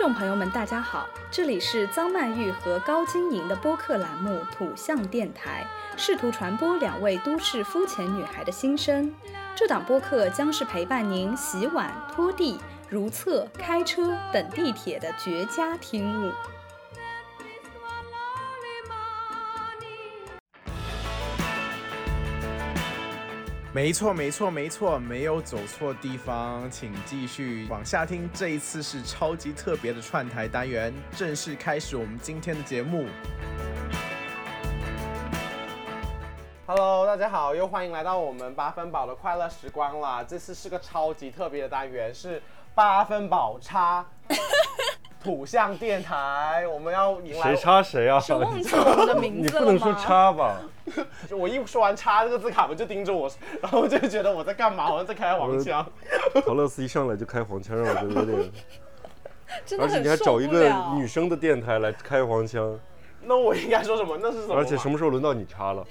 众朋友们大家好，这里是臧曼玉和高晶莹的播客栏目土象电台，试图传播两位都市肤浅女孩的心声。这档播客将是陪伴您洗碗、拖地、如厕、开车、等地铁的绝佳听物。 没错，没有走错地方，请继续往下听。这一次是超级特别的串台单元，正式开始我们今天的节目。Hello， 大家好，又欢迎来到我们八分饱的快乐时光啦！这次是个超级特别的单元，是八分饱插土象电台，我们要迎来谁插谁啊？ 是忘记我们的名字了吗？ 你不能说插吧？ 我一说完插这个字，卡门就盯着我，然后我就觉得我在干嘛？好像在开黄腔。 陶乐斯一上来就开黄腔，让我觉得有点， 真的很受不了。 而且你还找一个女生的电台来开黄腔， 那我应该说什么？那是什么？ 而且什么时候轮到你插了？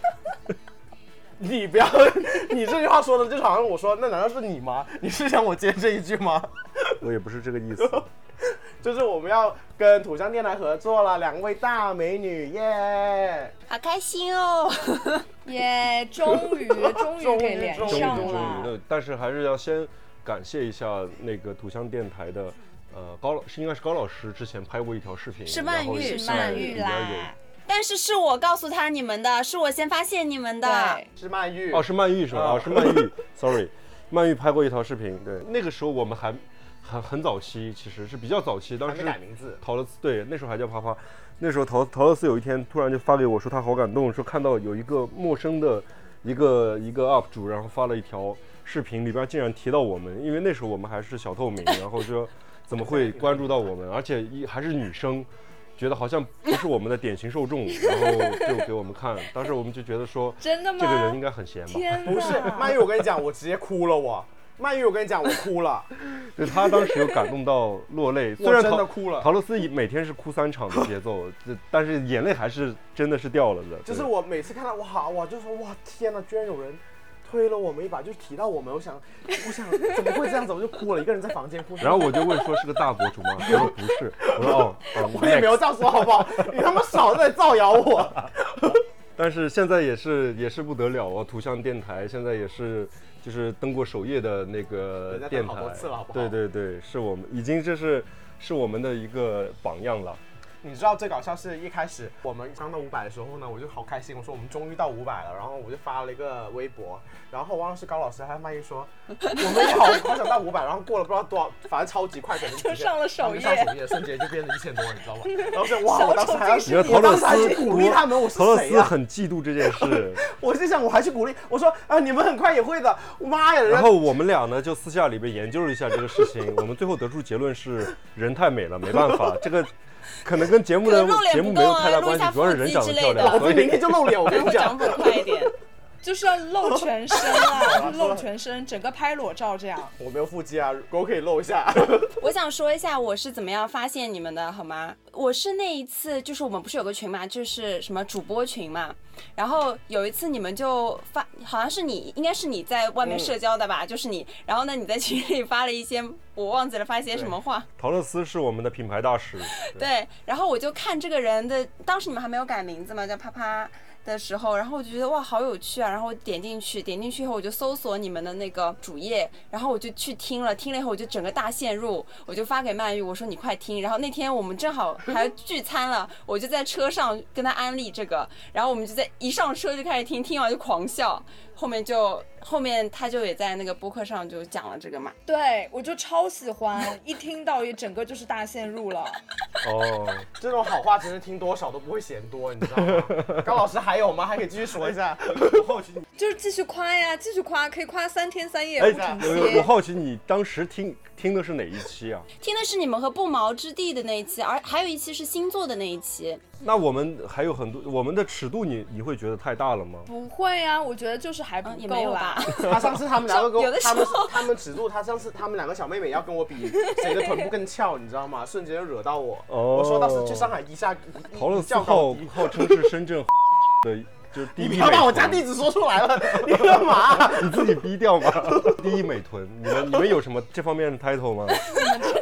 你不要，你这句话说的就好像我说，那难道是你吗？你是想我接这一句吗？ 我也不是这个意思。 就是我们要跟土象电台合作了，两位大美女耶， 好开心哦！ 耶，终于给连上了。 但是还是要先感谢一下那个土象电台的应该是高老师之前拍过一条视频， 是曼玉啦。 有但是我告诉他你们的，是我先发现你们的。 是曼玉哦，是曼玉是吧？是曼玉，sorry， 曼玉拍过一条视频，对，那个时候我们还很早期，其实是比较早期，当时还没改名字， 陶乐斯对，那时候还叫啪啪，那时候陶乐斯有一天突然就发给我说他好感动，说看到有一个陌生的一个 UP 主，然后发了一条视频，里边竟然提到我们，因为那时候我们还是小透明，然后说怎么会关注到我们，而且还是女生。觉得好像不是我们的典型受众，然后就给我们看。当时我们就觉得说， 真的吗？ 这个人应该很闲吧？ 不是，曼玉，我跟你讲，我直接哭了曼玉，我跟你讲，我哭了。 对，他当时有感动到落泪，虽然真的哭了。 陶乐斯每天是哭3场的节奏，但是眼泪还是真的是掉了的。 就是我每次看到哇，就说哇天哪，居然有人推了我们一把，就提到我们，我想怎么会这样子，我就哭了，一个人在房间哭。 然后我就问说是个大博主吗？他说不是。我说我也没有这样说好不好？你他妈少在造谣我。 但是现在也是不得了哦，土象电台现在也是就是登过首页的那个电台， 好多次了好不好？ 对，是我们已经是我们的一个榜样了。 你知道最搞笑是一开始我们刚到500的时候呢，我就好开心，我说我们终于到500了，然后我就发了一个微博，然后忘了是高老师还是曼玉说我们也好想到500，然后过了不知道多少，反正超级快，可能就上了首页， 瞬间就变成1000多，你知道吗？然后就哇，我当时还去鼓励他们，我是谁啊？ 陶乐斯很嫉妒这件事， 我是想我还去鼓励，我说啊你们很快也会的，妈呀！ 然后我们俩呢就私下里边研究了一下这个事情，我们最后得出结论是人太美了，没办法，这个。可能跟节目没有太大关系，主要是人长得漂亮。 老子明天就露脸，我跟你讲， 长粉快一点， 就是要露全身啊，露全身，整个拍裸照这样。 我没有腹肌啊，我可以露一下。 我想说一下我是怎么样发现你们的，好吗？我是那一次，就是我们不是有个群嘛，就是什么主播群嘛。然后有一次你们就发，好像是你，应该是你在外面社交的吧，就是你。然后呢，你在群里发了一些，我忘记了发一些什么话。 陶乐斯是我们的品牌大使。 对，然后我就看这个人的，当时你们还没有改名字嘛，叫啪啪的时候，然后我就觉得哇好有趣啊，然后我点进去以后我就搜索你们的那个主页，然后我就去听了以后我就整个大陷入，我就发给曼玉，我说你快听。然后那天我们正好还聚餐了，我就在车上跟他安利这个，然后我们就在一上车就开始听完就狂笑，后面他就也在那个播客上就讲了这个嘛。 对，我就超喜欢，一听到也整个就是大陷入了。 哦，这种好话真是听多少都不会嫌多，你知道吗？高老师还有吗？还可以继续说一下。我好奇就是继续夸呀，继续夸，可以夸3天3夜不停歇。 我好奇你当时听的是哪一期啊？ 听的是你们和不毛之地的那一期，而还有一期是星座的那一期。 那我们还有很多，我们的尺度你会觉得太大了吗？ 不会啊，我觉得就是还不够啦。 他上次他们两个跟我，他们尺度，上次他们两个小妹妹要跟我比谁的臀部更翘，你知道吗？瞬间就惹到我。我说当时去上海陶乐斯号称是深圳的。就是第一美臀， 你不要把我家地址说出来了，你干嘛？ 你自己逼掉吗？第一美臀，你们有什么这方面的 title 吗？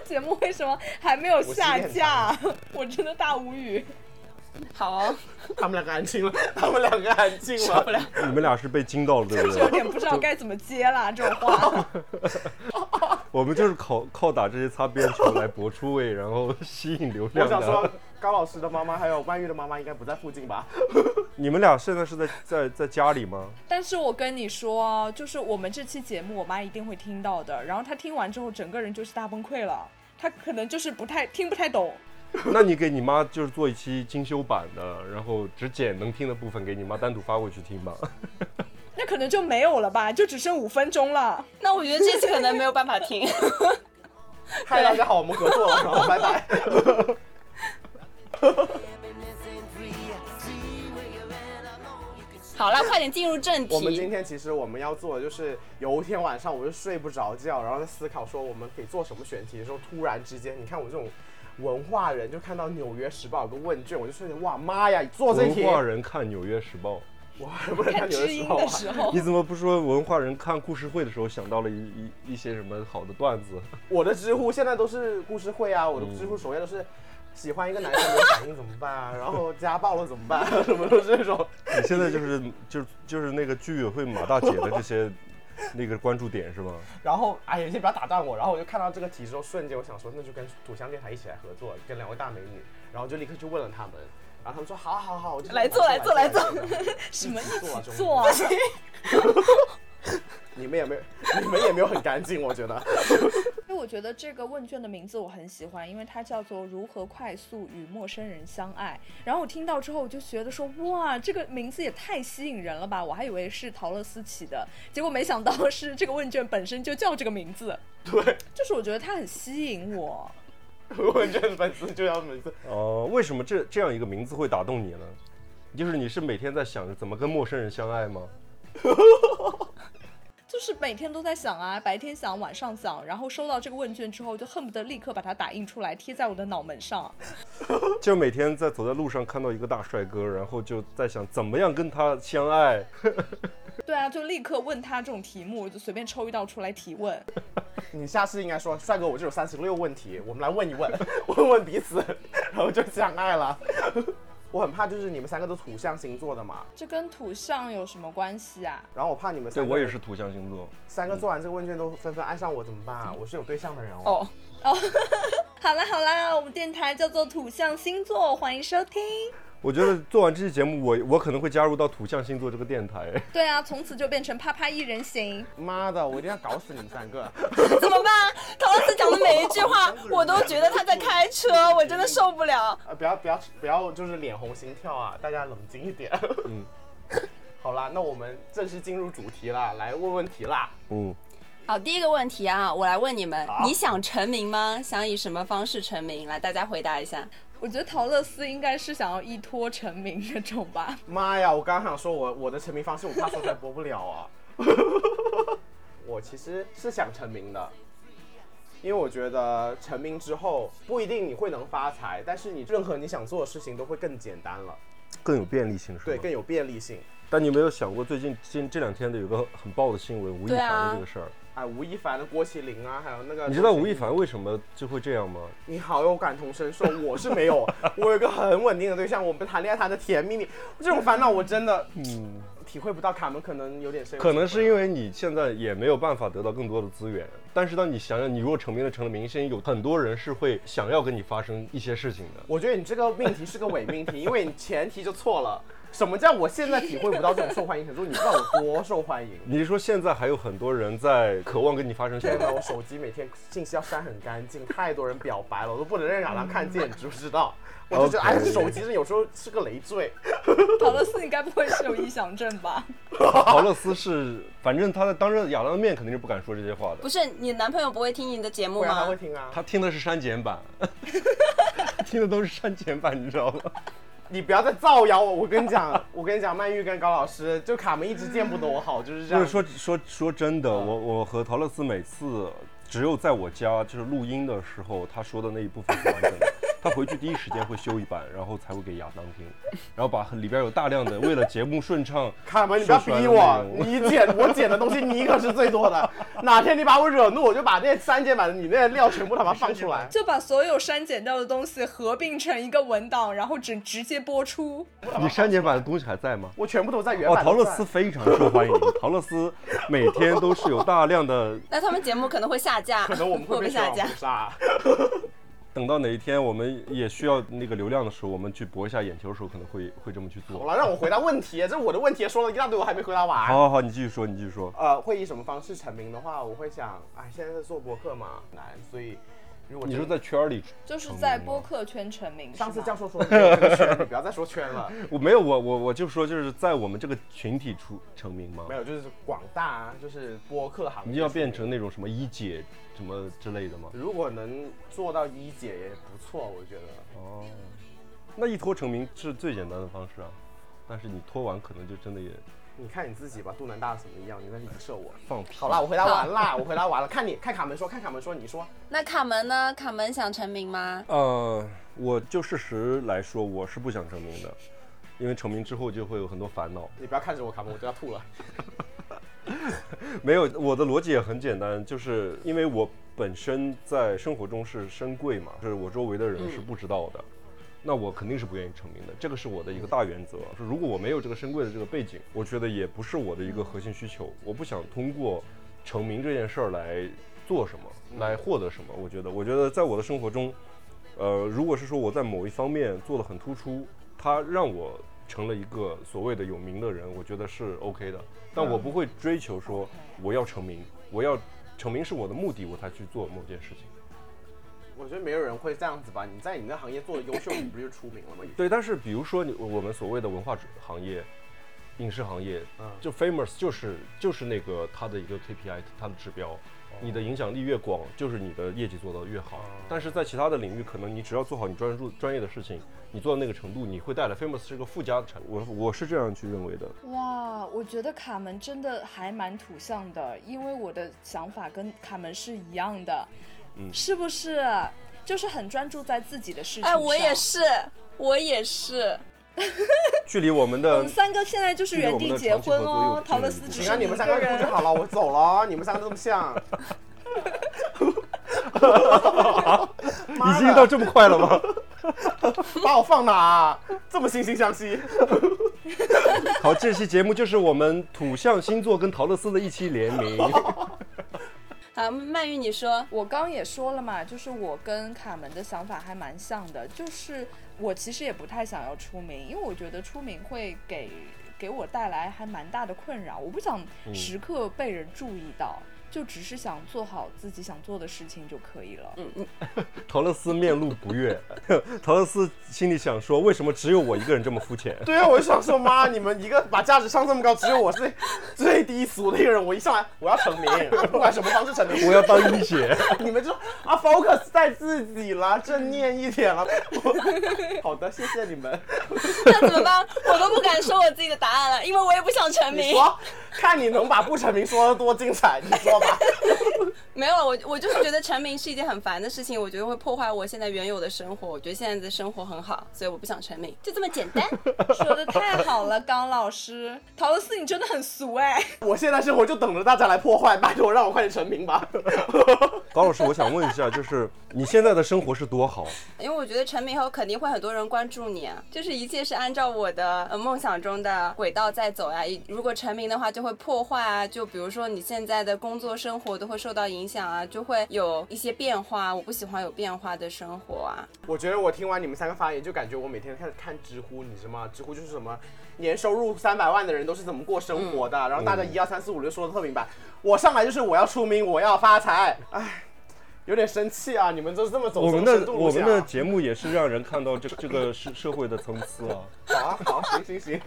节目为什么还没有下架？我真的大无语。 好， 他们两个安静了，他们两个安静了。 你们俩是被惊到了，对不对？ 有点不知道该怎么接啦，这种话。 我们就是靠打这些擦边球来搏出位，然后吸引流量的。 我想说，高老师的妈妈还有曼玉的妈妈应该不在附近吧？ 你们俩现在是在家里吗？ 但是我跟你说，就是我们这期节目，我妈一定会听到的。然后她听完之后，整个人就是大崩溃了。她可能就是听不太懂。 那你给你妈就是做一期精修版的，然后只剪能听的部分给你妈单独发过去听吧。 那可能就没有了吧，就只剩5分钟了。 那我觉得这期可能没有办法听。 嗨，大家好，我们合作了，然后拜拜。 好了，快点进入正题。 我们今天其实我们要做的就是有一天晚上我就睡不着觉，然后在思考说我们可以做什么选题的时候，突然之间，你看我这种文化人就看到《纽约时报》有个问卷，我就瞬间哇妈呀，做这题。 文化人看《纽约时报》。 我还不能看《纽约时报》 啊。 你怎么不说文化人看故事会的时候想到了一些什么好的段子？ 我的知乎现在都是故事会啊，我的知乎首页都是喜欢一个男生没有反应怎么办啊，然后家暴了怎么办啊，什么都是这种。 你现在就是那个居委会马大姐的这些那个关注点是吗？ 然后哎呀，你先不要打断我，然后我就看到这个题之后，瞬间我想说，那就跟土象电台一起来合作，跟2位大美女，然后就立刻去问了他们。然后他们说好，我就来做， 什么一起做啊？你们也没有很干净，我觉得。 因为我觉得这个问卷的名字我很喜欢，因为它叫做如何快速与陌生人相爱。然后我听到之后我就觉得说，哇，这个名字也太吸引人了吧，我还以为是陶乐斯起的，结果没想到是这个问卷本身就叫这个名字。 对， 就是我觉得它很吸引我。 问卷粉丝就要名字。 为什么这样一个名字会打动你呢？就是你是每天在想着怎么跟陌生人相爱吗？ 就是每天都在想啊，白天想，晚上想，然后收到这个问卷之后，就恨不得立刻把它打印出来贴在我的脑门上。 就每天走在路上看到一个大帅哥，然后就在想怎么样跟他相爱。 对啊，就立刻问他这种题目，就随便抽一道出来提问。 你下次应该说，帅哥，我这有36问题，我们来问一问，问问彼此，然后就相爱了。我很怕就是你们3个都土象星座的嘛， 这跟土象有什么关系啊？ 然后我怕你们3个， 对，我也是土象星座 ，3个做完这个问卷都纷纷爱上我怎么办啊？我是有对象的人哦。好啦，我们电台叫做土象星座，欢迎收听。 我觉得做完这期节目，我可能会加入到土象星座这个电台。 对啊，从此就变成啪啪一人行。 妈的，我一定要搞死你们3个！ 怎么办？陶乐斯讲的每一句话，我都觉得他在开车，我真的受不了。 不要，就是脸红心跳啊！大家冷静一点。好啦，那我们正式进入主题啦，来问问题啦。 好，第一个问题啊，我来问你们，你想成名吗？想以什么方式成名？来，大家回答一下。 我觉得陶乐斯应该是想要依托成名那种吧。 妈呀，我刚想说我的成名方式，我怕说出来播不了啊。我其实是想成名的，因为我觉得成名之后不一定你会能发财，但是你任何你想做的事情都会更简单了， 更有便利性是吗？ 对，更有便利性。 但你有没有想过，最近这2天的有个很爆的新闻，吴亦凡的这个事儿？ 哎，吴亦凡的郭麒麟啊，还有那个， 你知道吴亦凡为什么就会这样吗？ 你好有感同身受，我是没有，我有一个很稳定的对象，我们谈恋爱谈的甜蜜蜜，这种烦恼我真的体会不到。卡门可能有点深， 可能是因为你现在也没有办法得到更多的资源，但是当你想想，你如果成了明星，有很多人是会想要跟你发生一些事情的。 我觉得你这个命题是个伪命题，因为你前提就错了。什么叫我现在体会不到这种受欢迎程度？你知道我多受欢迎？ 你是说现在还有很多人在渴望跟你发生什么？ 真的，我手机每天信息要删很干净，太多人表白了，我都不能让他看见，你知不知道？我就觉得，哎，手机有时候是个累赘。 陶乐斯，你该不会是有臆想症吧？ 陶乐斯是，反正他在当着亚当的面肯定是不敢说这些话的。 不是，你男朋友不会听你的节目吗？ 他会听啊， 他听的是删减版，听的都是删减版，你知道吗？ 你不要再造谣我！我跟你讲，曼玉跟高老师，就卡门一直见不得我好，就是这样。 说真的，我和陶乐斯每次只有在我家就是录音的时候，他说的那一部分是完整的。 他回去第一时间会修一版，然后才会给亚当听，然后把里边有大量的为了节目顺畅。 卡门，你不要逼我，我剪的东西你可是最多的。哪天你把我惹怒，我就把那删减版的你那些料全部他妈放出来， 就把所有删减掉的东西合并成一个文档，然后直接播出。 你删减版的东西还在吗？ 我全部都在原版。 陶乐斯非常受欢迎，陶乐斯每天都是有大量的。 那他们节目可能会下架， 可能我们会被下架。 等到哪一天我们也需要那个流量的时候，我们去博一下眼球的时候，可能会这么去做。 好了，让我回答问题，这是我的问题，说了一大堆，我还没回答完。 好，你继续说， 会以什么方式成名的话，我会想，现在在做播客嘛，难，所以如果你说在圈里， 就是在播客圈成名。 上次教授说这个圈，你不要再说圈了。 我没有，我就说就是在我们这个群体成名吗？ 没有，就是广大就是播客行业。 你要变成那种什么一姐什么之类的吗？ 如果能做到一姐也不错，我觉得。 哦，那一拖成名是最简单的方式啊，但是你拖完可能就真的也。 你看你自己吧，肚腩大什么一样？你在影射我？ 放屁！ 好啦，我回答完了。看卡门说，你说。 那卡门呢？卡门想成名吗？ 我就事实来说，我是不想成名的，因为成名之后就会有很多烦恼。 你不要看着我，卡门，我就要吐了。 没有，我的逻辑也很简单，就是因为我本身在生活中是深贵嘛，就是我周围的人是不知道的。那我肯定是不愿意成名的，这个是我的一个大原则。如果我没有这个深贵的这个背景，我觉得也不是我的一个核心需求。我不想通过成名这件事儿来做什么，来获得什么。我觉得在我的生活中，如果是说我在某一方面做得很突出，它让我成了一个所谓的有名的人，我觉得是 OK 的。但我不会追求说我要成名，我要成名是我的目的，我才去做某件事情。 我觉得没有人会这样子吧？你在你那行业做的优秀，你不就出名了吗？ 对，但是比如说我们所谓的文化行业、影视行业，就 famous 就是那个它的一个 KPI， 它的指标。你的影响力越广，就是你的业绩做得越好。但是在其他的领域，可能你只要做好你专业的事情，你做到那个程度，你会带来 famous 是个附加的产物。我是这样去认为的。 哇，我觉得卡门真的还蛮土象的，因为我的想法跟卡门是一样的。是不是？就是很专注在自己的事情上。 我也是。 距离我们三个现在就是原地结婚哦。陶乐斯只是你们三个就好了，我走了。你们三个这么像。 已经到这么快了吗？ 把我放哪？这么惺惺相惜。 好，这期节目就是我们土象星座跟陶乐斯的一期联名。 好，曼玉你说。 我刚也说了嘛，就是我跟卡门的想法还蛮像的，就是我其实也不太想要出名，因为我觉得出名会给我带来还蛮大的困扰，我不想时刻被人注意到。就只是想做好自己想做的事情就可以了。 陶乐斯面露不悦，陶乐斯心里想说，为什么只有我一个人这么肤浅？ 对啊，我就想说，妈，你们一个把价值上这么高，只有我是最低俗的一个人。我一上来我要成名，不管什么方式成名， 我要当一姐。 你们就focus 在自己了，正念一点了。好的，谢谢你们。 那怎么办？我都不敢说我自己的答案了，因为我也不想成名。 你说，看你能把不成名说得多精彩，你说吧。 没有，我就是觉得成名是一件很烦的事情，我觉得会破坏我现在原有的生活。我觉得现在的生活很好，所以我不想成名，就这么简单。 说的太好了，刚老师。陶乐斯，你真的很俗哎。 我现在生活就等着大家来破坏，拜托让我快点成名吧。 高老师，我想问一下，就是你现在的生活是多好？ 因为我觉得成名后肯定会很多人关注你，就是一切是按照我的梦想中的轨道在走呀。如果成名的话，就会破坏啊，就比如说你现在的工作生活都会受到影响啊，就会有一些变化。我不喜欢有变化的生活啊。 我觉得我听完你们三个发言，就感觉我每天看知乎，你知道吗？知乎就是什么年收入300万的人都是怎么过生活的，然后大家1、2、3、4、5、6说的特明白。我上来就是我要出名，我要发财，哎。有点生气啊！你们都是这么走深度路线啊。 我们的节目也是让人看到这个社会的层次啊。 好，行。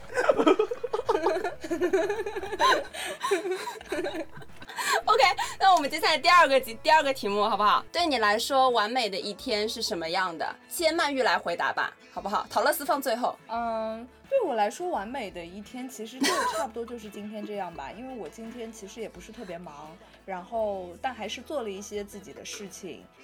OK， 那我们接下来第二个题目好不好？对你来说，完美的一天是什么样的？先曼玉来回答吧，好不好？陶乐斯放最后。 对我来说，完美的一天其实就差不多就是今天这样吧，因为我今天其实也不是特别忙，然后但还是做了一些自己的事情。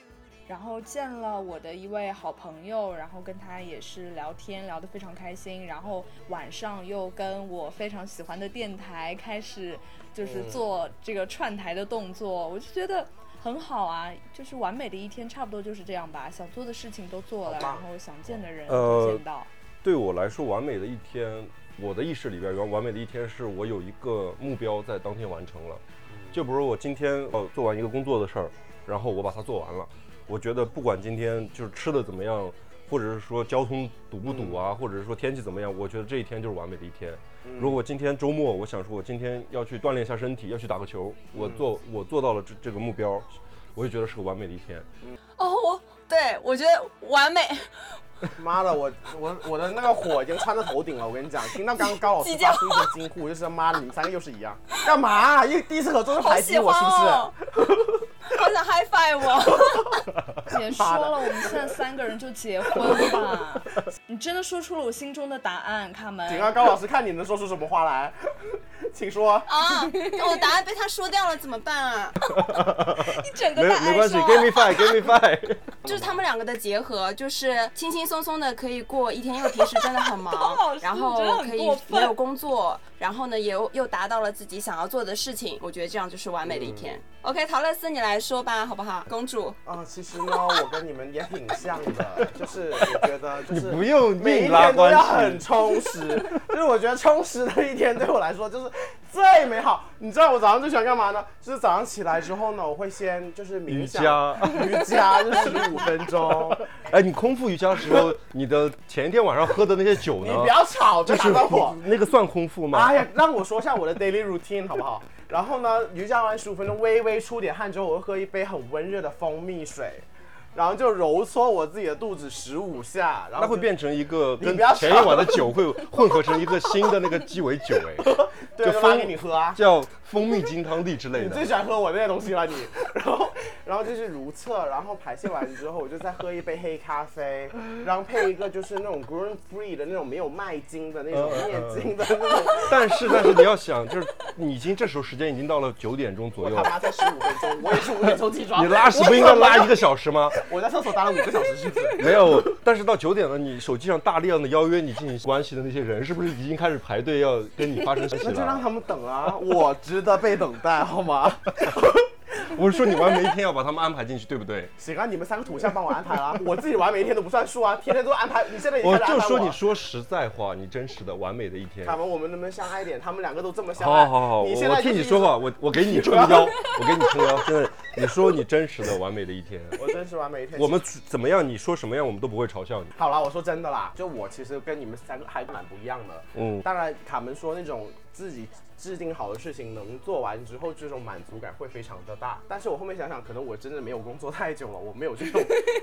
然后见了我的一位好朋友，然后跟他也是聊天聊得非常开心，然后晚上又跟我非常喜欢的电台开始就是做这个串台的动作，我就觉得很好啊，就是完美的一天差不多就是这样吧，想做的事情都做了，然后想见的人都见到。 对我来说完美的一天，我的意识里边完美的一天是我有一个目标在当天完成了，就比如我今天做完一个工作的事儿，然后我把它做完了，我觉得不管今天就是吃的怎么样，或者是说交通堵不堵啊，或者是说天气怎么样，我觉得这一天就是完美的一天。如果今天周末，我想说我今天要去锻炼一下身体，要去打个球，我做到了这个目标，我就觉得是个完美的一天。 对，我觉得完美。 妈的，我的那个火已经穿到头顶了，我跟你讲，听到刚刚高老师发出一声惊呼，就是妈的，你们三个又是一样，干嘛、啊？第一次合作就排挤我是不是？ 好想 high five 我。 别说了，我们现在3个人就结婚吧。你真的说出了我心中的答案，卡门。 请让高老师看你能说出什么话来，请说。 啊，我的答案被他说掉了，怎么办啊？ 你整个答案没关系 ，give me five，give me five。 就是他们2个的结合，就是轻轻松松的可以过一天，因为平时真的很忙，然后可以没有工作，然后呢又达到了自己想要做的事情，我觉得这样就是完美的一天。OK， 陶乐斯你来说吧，好不好？公主。 其实呢，我跟你们也挺像的，就是我觉得就是你不用每一拉关系， 天都要很充实，就是我觉得充实的一天对我来说就是最美好。你知道我早上最喜欢干嘛呢？就是早上起来之后呢，我会先就是冥想瑜伽就15分钟。 哎，你空腹瑜伽的时候，你的前一天晚上喝的那些酒呢？ 你不要吵，就打断我。 那个算空腹吗？ 哎呀，让我说一下我的 daily routine 好不好？然后呢，瑜伽完15分钟，微微出点汗之后，我会喝一杯很温热的蜂蜜水。然后就揉搓我自己的肚子15下，然后那会变成一个跟你不要前一晚的酒会混合成一个新的那个鸡尾酒，哎， 对，就拉给你喝啊， 叫蜂蜜金汤力之类的。 你最喜欢喝我那些东西了你。然后就是如厕，然后排泄完之后，我就再喝一杯黑咖啡，然后配一个就是那种 gluten free 的那种没有麦精的那种面筋的那种。 但是你要想，就是你已经这时候时间已经到了9点钟左右， 我他妈才15分钟，我也是5点钟起床。 你拉屎不应该拉1个小时吗？ 我在厕所待了5个小时，是不是？ 没有，但是到9点了，你手机上大量的邀约你进行关系的那些人，是不是已经开始排队要跟你发生关系了？ 那就让他们等啊，我值得被等待，好吗？ 我是说你完美一天要把他们安排进去，对不对？ 行啊，你们3个土象帮我安排啦，我自己完美一天都不算数啊，天天都安排。你现在已经开始安排我。 就说你说实在话，你真实的完美的一天。 他们我们能不能相爱一点？他们2个都这么相爱。 好， 你现在我替你说话，我给你撑腰，我给你撑腰。现在你说你真实的完美的一天， 我真实完美一天。 我们怎么样？你说什么样，我们都不会嘲笑你。 好啦，我说真的啦，就我其实跟你们3个还蛮不一样的。当然卡门说那种自己制定好的事情能做完之后，这种满足感会非常的大。但是我后面想想，可能我真的没有工作太久了，我没有这种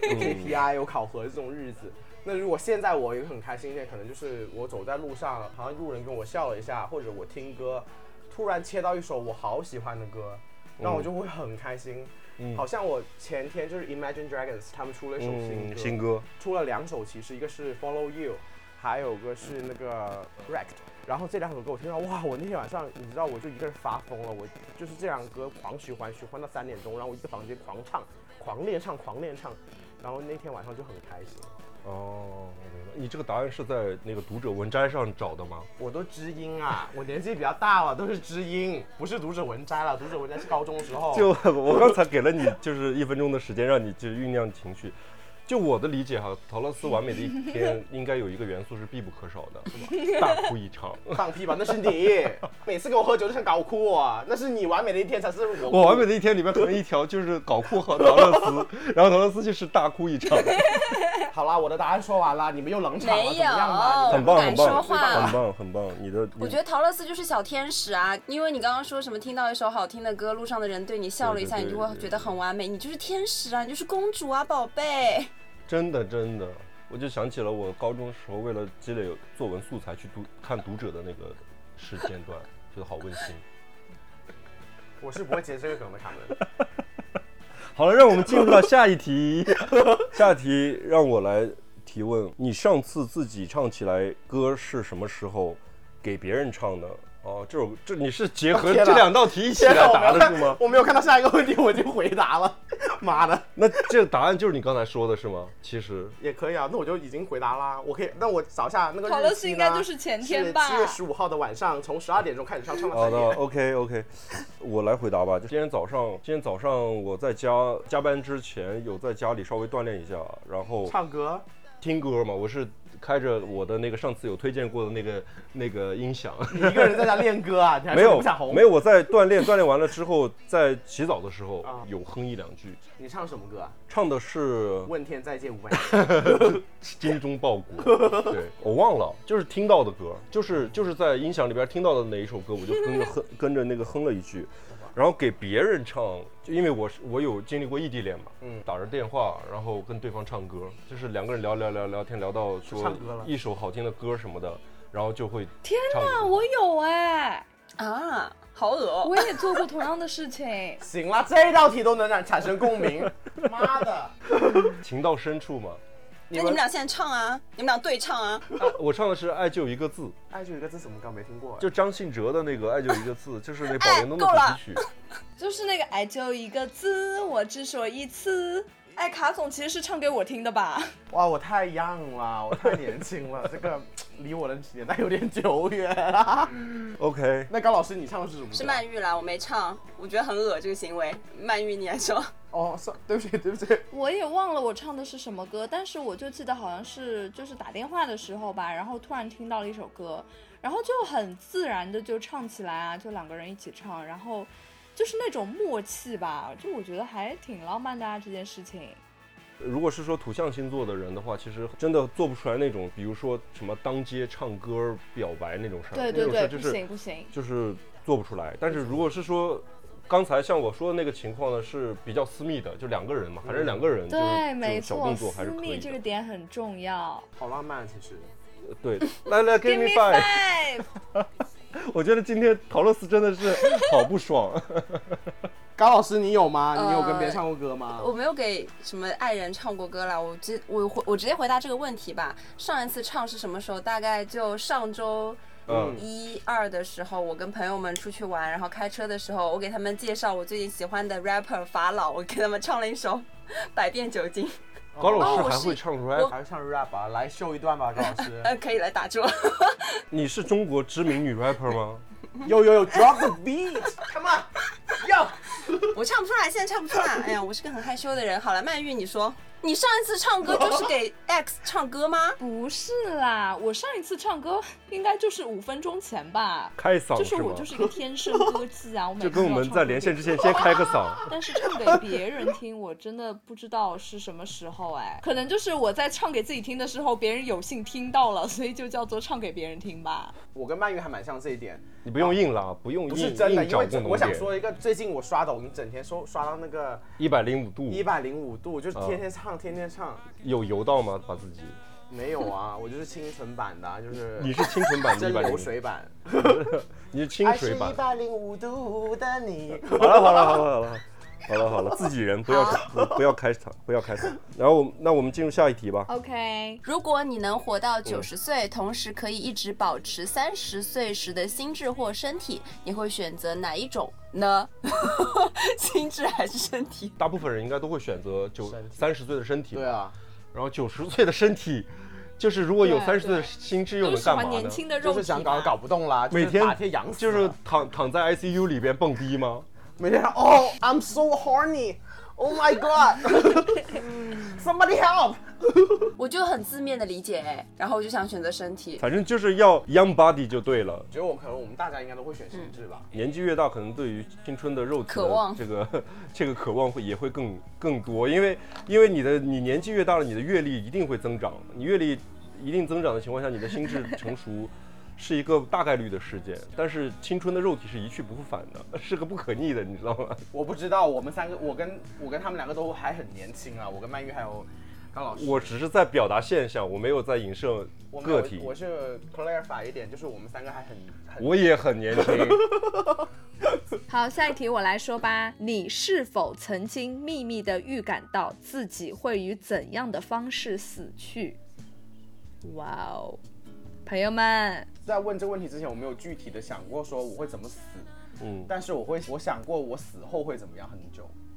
KPI 有考核的这种日子。那如果现在我也很开心一点，可能就是我走在路上，好像路人跟我笑了一下，或者我听歌，突然切到一首我好喜欢的歌，那我就会很开心。好像我前天就是 Imagine Dragons 他们出了一首新歌，出了2首，其实一个是 Follow You， 还有个是那个 Wrecked。然后这2首歌我听到，哇！我那天晚上你知道，我就一个人发疯了，我就是这2首歌狂循环到3点钟，然后我一个房间狂唱，狂练唱，然后那天晚上就很开心。 哦，你这个答案是在那个读者文摘上找的吗？ 我都知音啊，我年纪比较大了，都是知音，不是读者文摘了。读者文摘是高中的时候。 就我刚才给了你就是1分钟的时间，让你就是酝酿情绪。就我的理解哈，陶乐斯完美的一天应该有一个元素是必不可少的，是吧？大哭一场。 放屁吧，那是你。每次跟我喝酒就想搞哭我，那是你完美的一天才是我。 我完美的一天里面可能一条就是搞哭和陶乐斯，然后陶乐斯就是大哭一场。 好啦，我的答案说完了，你们又冷场了，怎么样吧？ 很棒， 很棒， 很棒。 我觉得陶乐斯就是小天使啊，因为你刚刚说什么听到一首好听的歌，路上的人对你笑了一下，你就会觉得很完美，你就是天使啊，你就是公主啊，宝贝。 真的，我就想起了我高中的时候为了积累作文素材去看读者的那个时间段，觉得好温馨。 我是不会接这个梗的，卡门。 好了，让我们进入到下一题。下一题让我来提问：你上次自己唱起来歌是什么时候给别人唱的？哦，这你是结合这2道题一起来答的是吗？ 我没有看到下一个问题，我就回答了。 妈的， 那这个答案就是你刚才说的是吗？其实也可以啊，那我就已经回答啦。我可以，那我找一下那个讨论日期呢， 是应该就是前天吧 7月15号的晚上，从12点钟开始唱，唱到3 好的点。 ，OK， 我来回答吧。就今天早上我在加班之前有在家里稍微锻炼一下，然后唱歌。 听歌嘛，我是开着我的那个上次有推荐过的那个音响。 你一个人在家练歌啊？你还没有说你不想红？ 没有，我在锻炼完了之后，在洗澡的时候有哼一两句。 你唱什么歌啊？ 唱的是问天再见500。 精忠报国。对，我忘了，就是听到的歌，就是在音响里边听到的哪一首歌，我就跟着那个哼了一句。然后给别人唱，就因为我有经历过异地恋嘛，打着电话，然后跟对方唱歌，就是两个人聊天，聊到说一首好听的歌什么的，然后就会天哪，我有哎、 啊，好恶我也做过同样的事情。 行了，这道题都能产生共鸣。妈的， 情到深处嘛。 那你们俩现在唱啊，你们俩对唱啊。 我唱的是爱就一个字， 爱就一个字，怎么刚没听过？ 就张信哲的那个爱就一个字，就是那宝莲灯的主题曲。 就是那个爱就一个字，我只说一次。哎，卡总其实是唱给我听的吧？ 哇，我太 young 了，我太年轻了，这个离我的年代有点久远了。 OK， 那高老师你唱的是什么歌？ 是曼玉啦，我没唱，我觉得很恶这个行为。曼玉你来说。 哦，对不起。 我也忘了我唱的是什么歌，但是我就记得好像是就是打电话的时候吧，然后突然听到了一首歌，然后就很自然的就唱起来啊，就两个人一起唱，然后就是那种默契吧，就我觉得还挺浪漫的啊这件事情。 如果是说土象星座的人的话，其实真的做不出来那种，比如说什么当街唱歌表白那种事儿， 对， 那种事就是不行， 就是做不出来。但是如果是说刚才像我说的那个情况呢，是比较私密的，就两个人嘛，反正两个人对，没错， 小动作还是私可以的。 密这个点很重要。 好浪漫，其实。 对，来 give me five。我觉得今天陶乐斯真的是好不爽。 高老师，你有吗？你有跟别人唱过歌吗？ 我没有给什么爱人唱过歌啦，我直接回答这个问题吧。上一次唱是什么时候？大概就上周1、2的时候，我跟朋友们出去玩，然后开车的时候，我给他们介绍我最近喜欢的 rapper 法老，我给他们唱了一首《百变酒精》。 高老师还会唱 rap， 还会唱 rap 啊？来秀一段吧，高老师。 可以来打住。 你是中国知名女 rapper 吗？ 有 drop the beat，come on，yo。 我唱不出来，现在唱不出来。哎呀，我是个很害羞的人。好了，曼玉，你说，你上一次唱歌就是给 X 唱歌吗？ 不是啦，我上一次唱歌应该就是5分钟前吧。 开嗓就是吗？ 我就是一个天生歌姬啊，我每次就跟我们在连线之前先开个嗓。 但是唱给别人听，我真的不知道是什么时候哎，可能就是我在唱给自己听的时候，别人有幸听到了，所以就叫做唱给别人听吧。 我跟曼玉还蛮像这一点。 你不用硬拉，不用硬， 不是真的，因为我想点说一个，最近我刷抖音，整天刷到那个 105度 ，105度，就是天天唱，天天唱。 有游到吗？把自己？ 没有啊，我就是清纯版的，就是你是清纯版的真 105 流水版， 你是清水版。 爱是105度的你。 好了，自己人不要开场，不要开场。然后那我们进入下一题吧。 OK， 如果你能活到90岁，同时可以一直保持30岁时的心智或身体，你会选择哪一种呢？心智还是身体？ 大部分人应该都会选择30岁的身体。 对啊， 然后90岁的身体，就是如果有30岁的心智又能干嘛呢？ 年轻的肉体就是想搞不动啦， 每天打铁养死， 就是躺在 ICU 里边蹦迪吗？ 每天I'm so horny。Oh my god! Somebody help! 我就很字面的理解哎，然后我就想选择身体。 反正就是要 young body 就对了。 觉得我们大家应该都会选心智吧。 年纪越大，可能对于青春的肉体渴望这个渴望也会更多，因为你年纪越大了，你的阅历一定会增长。你阅历一定增长的情况下，你的心智成熟是一个大概率的事件，但是青春的肉体是一去不复返的，是个不可逆的，你知道吗？ 我不知道，我们3个，我跟他们2个都还很年轻啊，我跟曼玉还有高老师。 我只是在表达现象，我没有在影射个体。 我是 clarify 一点，就是我们3个还很我也很年轻。 好，下一题我来说吧。你是否曾经秘密地预感到自己会以怎样的方式死去？哇哦，朋友们， 在问这个问题之前，我没有具体的想过说我会怎么死，但是我想过我死后会怎么样很久。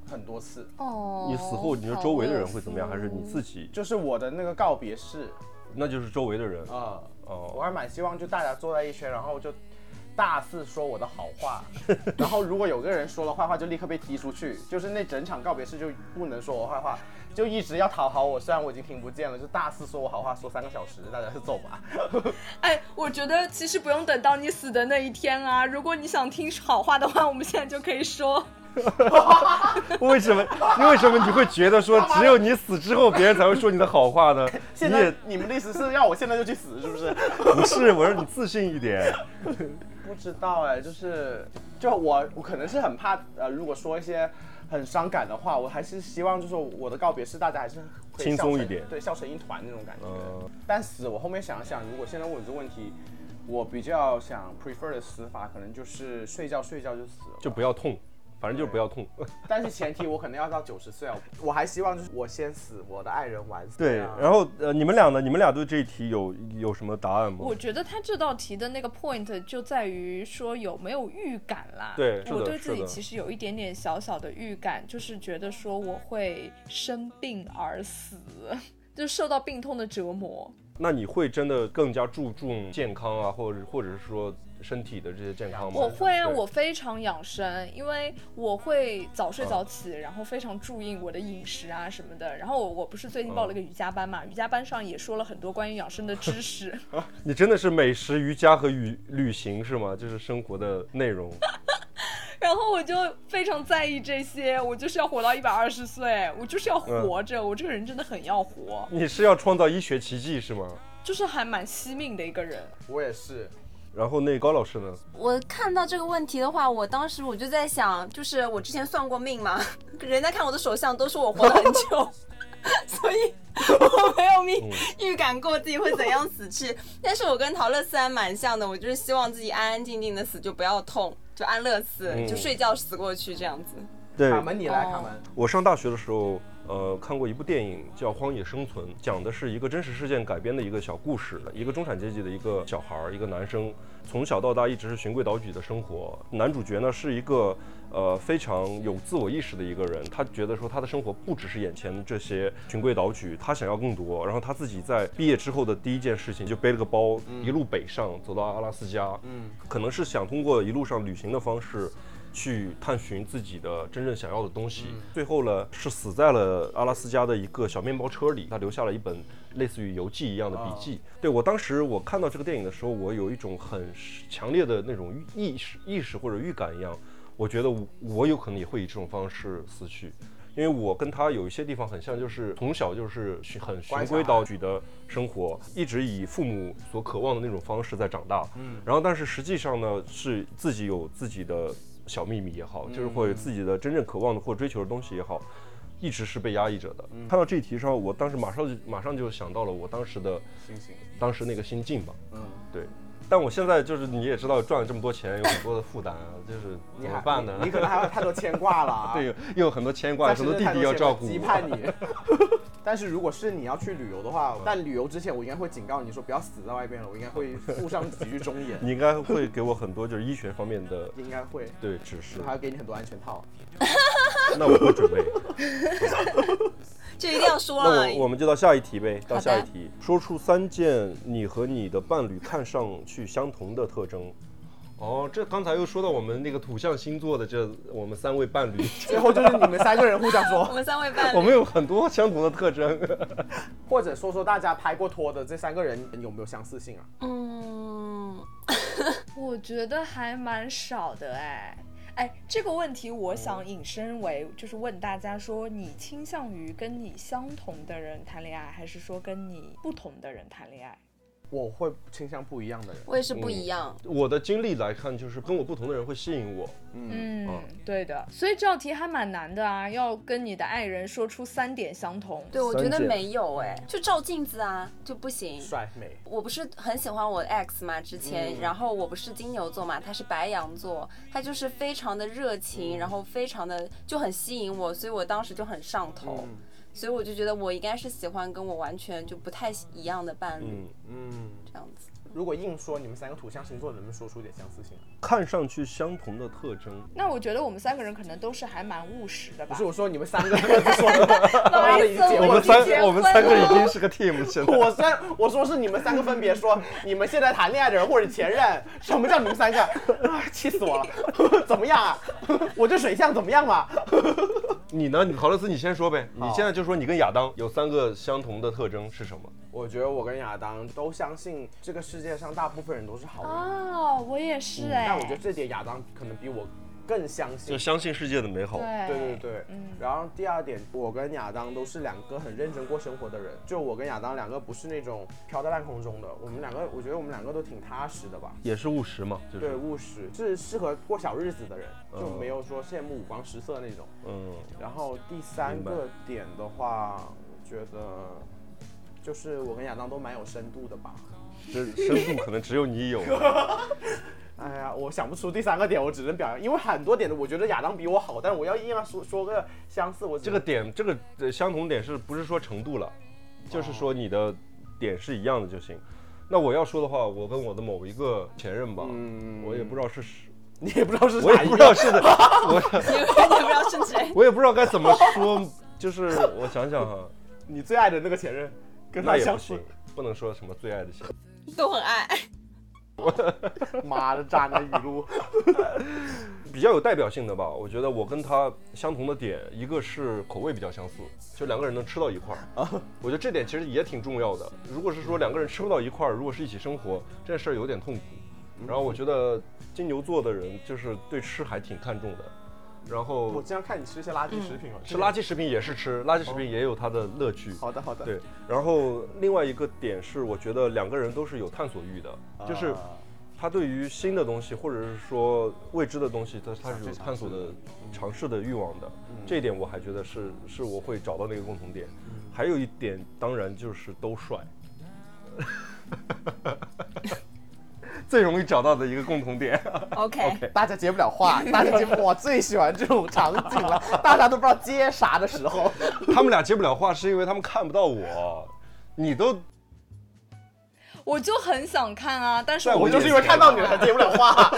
很多次。 哦， 你死后，你说周围的人会怎么样，还是你自己？ 就是我的那个告别式， 那就是周围的人。 我还蛮希望就大家坐在一圈，然后就大肆说我的好话，然后如果有个人说了坏话，就立刻被踢出去，就是那整场告别式就不能说我坏话，就一直要讨好我，虽然我已经听不见了，就大肆说我好话，说3个小时，大家就走吧。 哎，我觉得其实不用等到你死的那一天啊，如果你想听好话的话，我们现在就可以说。 为什么你会觉得说只有你死之后别人才会说你的好话呢？ 现在你们的意思是要我现在就去死，是不是？ 不是，我说你自信一点。 不知道哎，就我可能是很怕如果说一些很伤感的话，我还是希望就是我的告别式大家还是可以轻松一点， 对，笑成一团那种感觉。但死我后面想想，如果现在问我这个问题，我比较想 prefer 的死法可能就是睡觉就死了，就不要痛。反正就是不要痛， 但是前提我可能要到90岁啊！我还希望就是我先死，我的爱人晚死。 对，然后你们俩呢？你们俩对这一题有什么答案吗？ 我觉得他这道题的那个 point 就在于说有没有预感啦。 对， 我对自己其实有一点点小小的预感，就是觉得说我会生病而死，就受到病痛的折磨。 那你会真的更加注重健康啊，或者是说身体的这些健康吗？ 我会啊，我非常养生，因为我会早睡早起，然后非常注意我的饮食啊什么的。然后我不是最近报了个瑜伽班嘛，瑜伽班上也说了很多关于养生的知识。 你真的是美食、瑜伽和旅行是吗？就是生活的内容。 然后我就非常在意这些，我就是要活到120岁，我就是要活着，我这个人真的很要活。 你是要创造医学奇迹是吗？ 就是还蛮惜命的一个人。 我也是。 然后那高老师呢？ 我看到这个问题的话，当时我就在想，就是我之前算过命嘛，人家看我的手相都说我活得很久，所以我没有预感过自己会怎样死去。但是我跟陶乐斯还蛮像的，我就是希望自己安安静静的死，就不要痛，就安乐死，就睡觉死过去这样子。 对， 卡门你来，卡门。 我上大学的时候看过一部电影叫《荒野生存》，讲的是一个真实事件改编的一个小故事。一个中产阶级的一个小孩，一个男生，从小到大一直是循规蹈矩的生活。男主角呢是一个非常有自我意识的一个人，他觉得说他的生活不只是眼前这些循规蹈矩，他想要更多。然后他自己在毕业之后的第一件事情就背了个包，一路北上走到阿拉斯加，可能是想通过一路上旅行的方式去探寻自己的真正想要的东西。最后呢是死在了阿拉斯加的一个小面包车里，他留下了一本类似于游记一样的笔记。对，我当时我看到这个电影的时候，我有一种很强烈的那种意识或者预感一样，我觉得我有可能也会以这种方式死去。因为我跟他有一些地方很像，就是从小就是很循规蹈矩的生活，一直以父母所渴望的那种方式在长大。然后但是实际上呢，是自己有自己的小秘密也好，就是或者自己的真正渴望的或追求的东西也好，一直是被压抑着的。看到这一题上，我当时马上就想到了我当时的当时那个心境吧。对。但我现在就是你也知道，赚了这么多钱，有很多的负担啊，就是怎么办呢？ 你可能还有太多牵挂了啊。 对，又有很多牵挂，很多弟弟要照顾， 期盼你。但是如果是你要去旅游的话，但旅游之前我应该会警告你说不要死在外边了，我应该会附上几句忠言。 你应该会给我很多就是医学方面的， 应该会对指示， 还要给你很多安全套。 那我会准备。 就一定要说了。 那我们就到下一题呗，到下一题，说出3件你和你的伴侣看上去相同的特征。哦，这刚才又说到我们那个土象星座的我们3位伴侣， 最后就是你们3个人互相说， 我们3位伴侣， 我们有很多相同的特征。 或者说大家拍过拖的这3个人有没有相似性啊？ 我觉得还蛮少的哎，这个问题我想引申为，就是问大家说，你倾向于跟你相同的人谈恋爱，还是说跟你不同的人谈恋爱？ 我会倾向不一样的人。 我也是不一样。 我的经历来看，就是跟我不同的人会吸引我。 对的。所以这道题还蛮难的啊，要跟你的爱人说出3点相同。 对，我觉得没有就照镜子啊就不行。 帅美。 我不是很喜欢我的 ex 嘛，之前，然后我不是金牛座嘛，他是白羊座，他就是非常的热情，然后非常的就很吸引我，所以我当时就很上头。 所以我就觉得我应该是喜欢跟我完全就不太一样的伴侣，这样子。 如果硬说你们3个土象星座，能不能说出点相似性？ 看上去相同的特征。 那我觉得我们3个人可能都是还蛮务实的吧。 不是我说你们3个各自说的， 不好意思， 我们三个已经是个 team 现在。 我说是你们3个分别说，你们现在谈恋爱的人或者前任，什么叫你们3个？气死我了！怎么样啊？我这水象怎么样嘛？ 你呢？陶乐斯，你先说呗。你现在就说你跟亚当有3个相同的特征是什么？ 我觉得我跟亚当都相信这个世界上大部分人都是好人。 哦，我也是哎。 但我觉得这点亚当可能比我更相信， 就相信世界的美好。 对。然后第2点，我跟亚当都是2个很认真过生活的人。就我跟亚当2个不是那种飘在半空中的，我觉得我们2个都挺踏实的吧。 也是务实嘛，就是。 对，务实，是适合过小日子的人，就没有说羡慕五光十色那种。然后第3个点的话，我觉得就是我跟亚当都蛮有深度的吧。 这深度可能只有你有。 哎呀，我想不出第3个点，我只能表扬，因为很多点的我觉得亚当比我好，但是我要硬要说个相似，我这个相同点是不是说程度了，就是说你的点是一样的就行。那我要说的话，我跟我的某一个前任吧，我也不知道是， 你也不知道是啥， 我也不知道是的， 你也不知道是谁， 我也不知道该怎么说，就是我想想哈， 你最爱的那个前任，跟他相似， 不能说什么最爱的前任， 都很爱。 妈的，渣男语录。 比较有代表性的吧，我觉得我跟他相同的点，一个是口味比较相似，就2个人能吃到一块儿。我觉得这点其实也挺重要的。如果是说2个人吃不到一块儿，如果是一起生活，这件事儿有点痛苦。然后我觉得金牛座的人就是对吃还挺看重的。然后我经常看你吃一些垃圾食品了， 吃垃圾食品也是吃，垃圾食品也有它的乐趣。 好的。 对，然后另外一个点是，我觉得2个人都是有探索欲的，就是他对于新的东西或者是说未知的东西，他是有探索的、尝试的欲望的。这一点我还觉得是我会找到那个共同点。还有一点，当然就是都帅。最容易找到的一个共同点。 OK， 大家接不了话，我最喜欢这种场景了，大家都不知道接啥的时候。 他们俩接不了话，是因为他们看不到我，你都。 我就很想看啊，但是我就是因为看到你了才接不了话。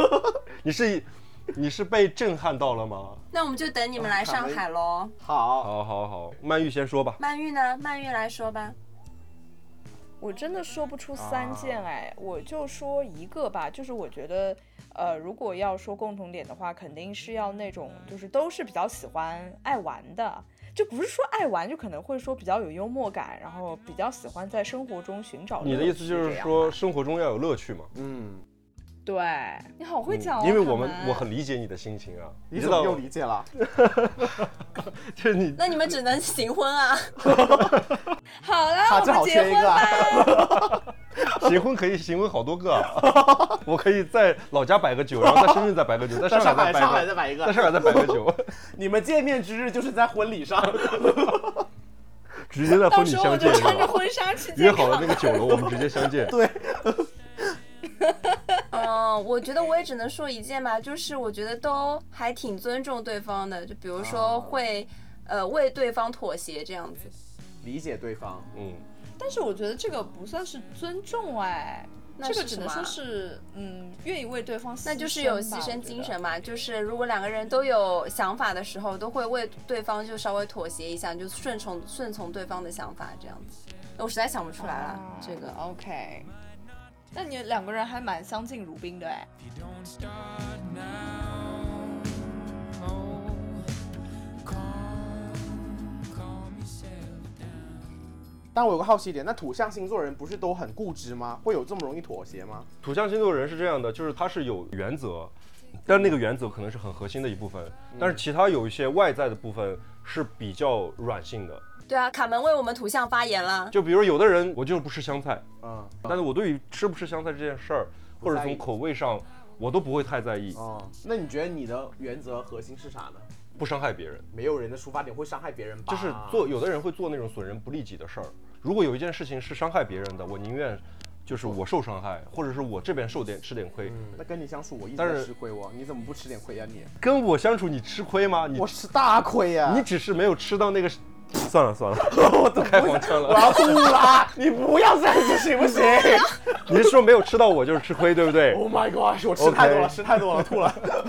你是被震撼到了吗？ 那我们就等你们来上海喽。 好，曼玉先说吧。 曼玉呢？曼玉来说吧。 我真的说不出3件我就说一个吧，就是我觉得，如果要说共同点的话，肯定是要那种就是都是比较喜欢爱玩的，就不是说爱玩，就可能会说比较有幽默感，然后比较喜欢在生活中寻找乐趣。 你的意思就是说生活中要有乐趣嘛？ 对，你好会讲哦。 因为我很理解你的心情啊。 你怎么又理解了？ 就是你。 那你们只能行婚啊。 好了，我们结婚吧。 行婚可以行婚好多个啊。我可以在老家摆个酒，然后在深圳再摆个酒，在上海再摆一个， 在上海再摆个酒。 你们见面之日就是在婚礼上。 直接在婚礼相见。 到时候我就穿着婚纱去约好了那个酒楼，我们直接相见。 对。 我觉得我也只能说一件吧，就是我觉得都还挺尊重对方的，就比如说会为对方妥协这样子， 理解对方。 但是我觉得这个不算是尊重这个只能说是愿意为对方牺牲， 那就是有牺牲精神嘛。就是如果2个人都有想法的时候，都会为对方就稍微妥协一下，就顺从对方的想法这样子。我实在想不出来了，这个 OK。那你2个人还蛮相敬如宾的但我有个好奇点，那土象星座人不是都很固执吗？会有这么容易妥协吗？ 土象星座人是这样的，就是他是有原则，但那个原则可能是很核心的一部分，但是其他有一些外在的部分是比较软性的。 对啊，卡门为我们土象发言了。 就比如有的人我就是不吃香菜，但是我对于吃不吃香菜这件事儿，或者从口味上，我都不会太在意。 那你觉得你的原则核心是啥呢？ 不伤害别人。 没有人的出发点会伤害别人吧？ 就是有的人会做那种损人不利己的事儿。如果有一件事情是伤害别人的，我宁愿就是我受伤害，或者是我这边吃点亏。 那跟你相处我一直在吃亏你怎么不吃点亏啊你？ 跟我相处你吃亏吗？ 我吃大亏呀！ 你只是没有吃到那个算了， 我都开黄腔了。 我要吐了，你不要这样子行不行你是说没有吃到我就是吃亏，对不对 ？Oh my god， 我吃太多了， Okay 吃太多了，吐了。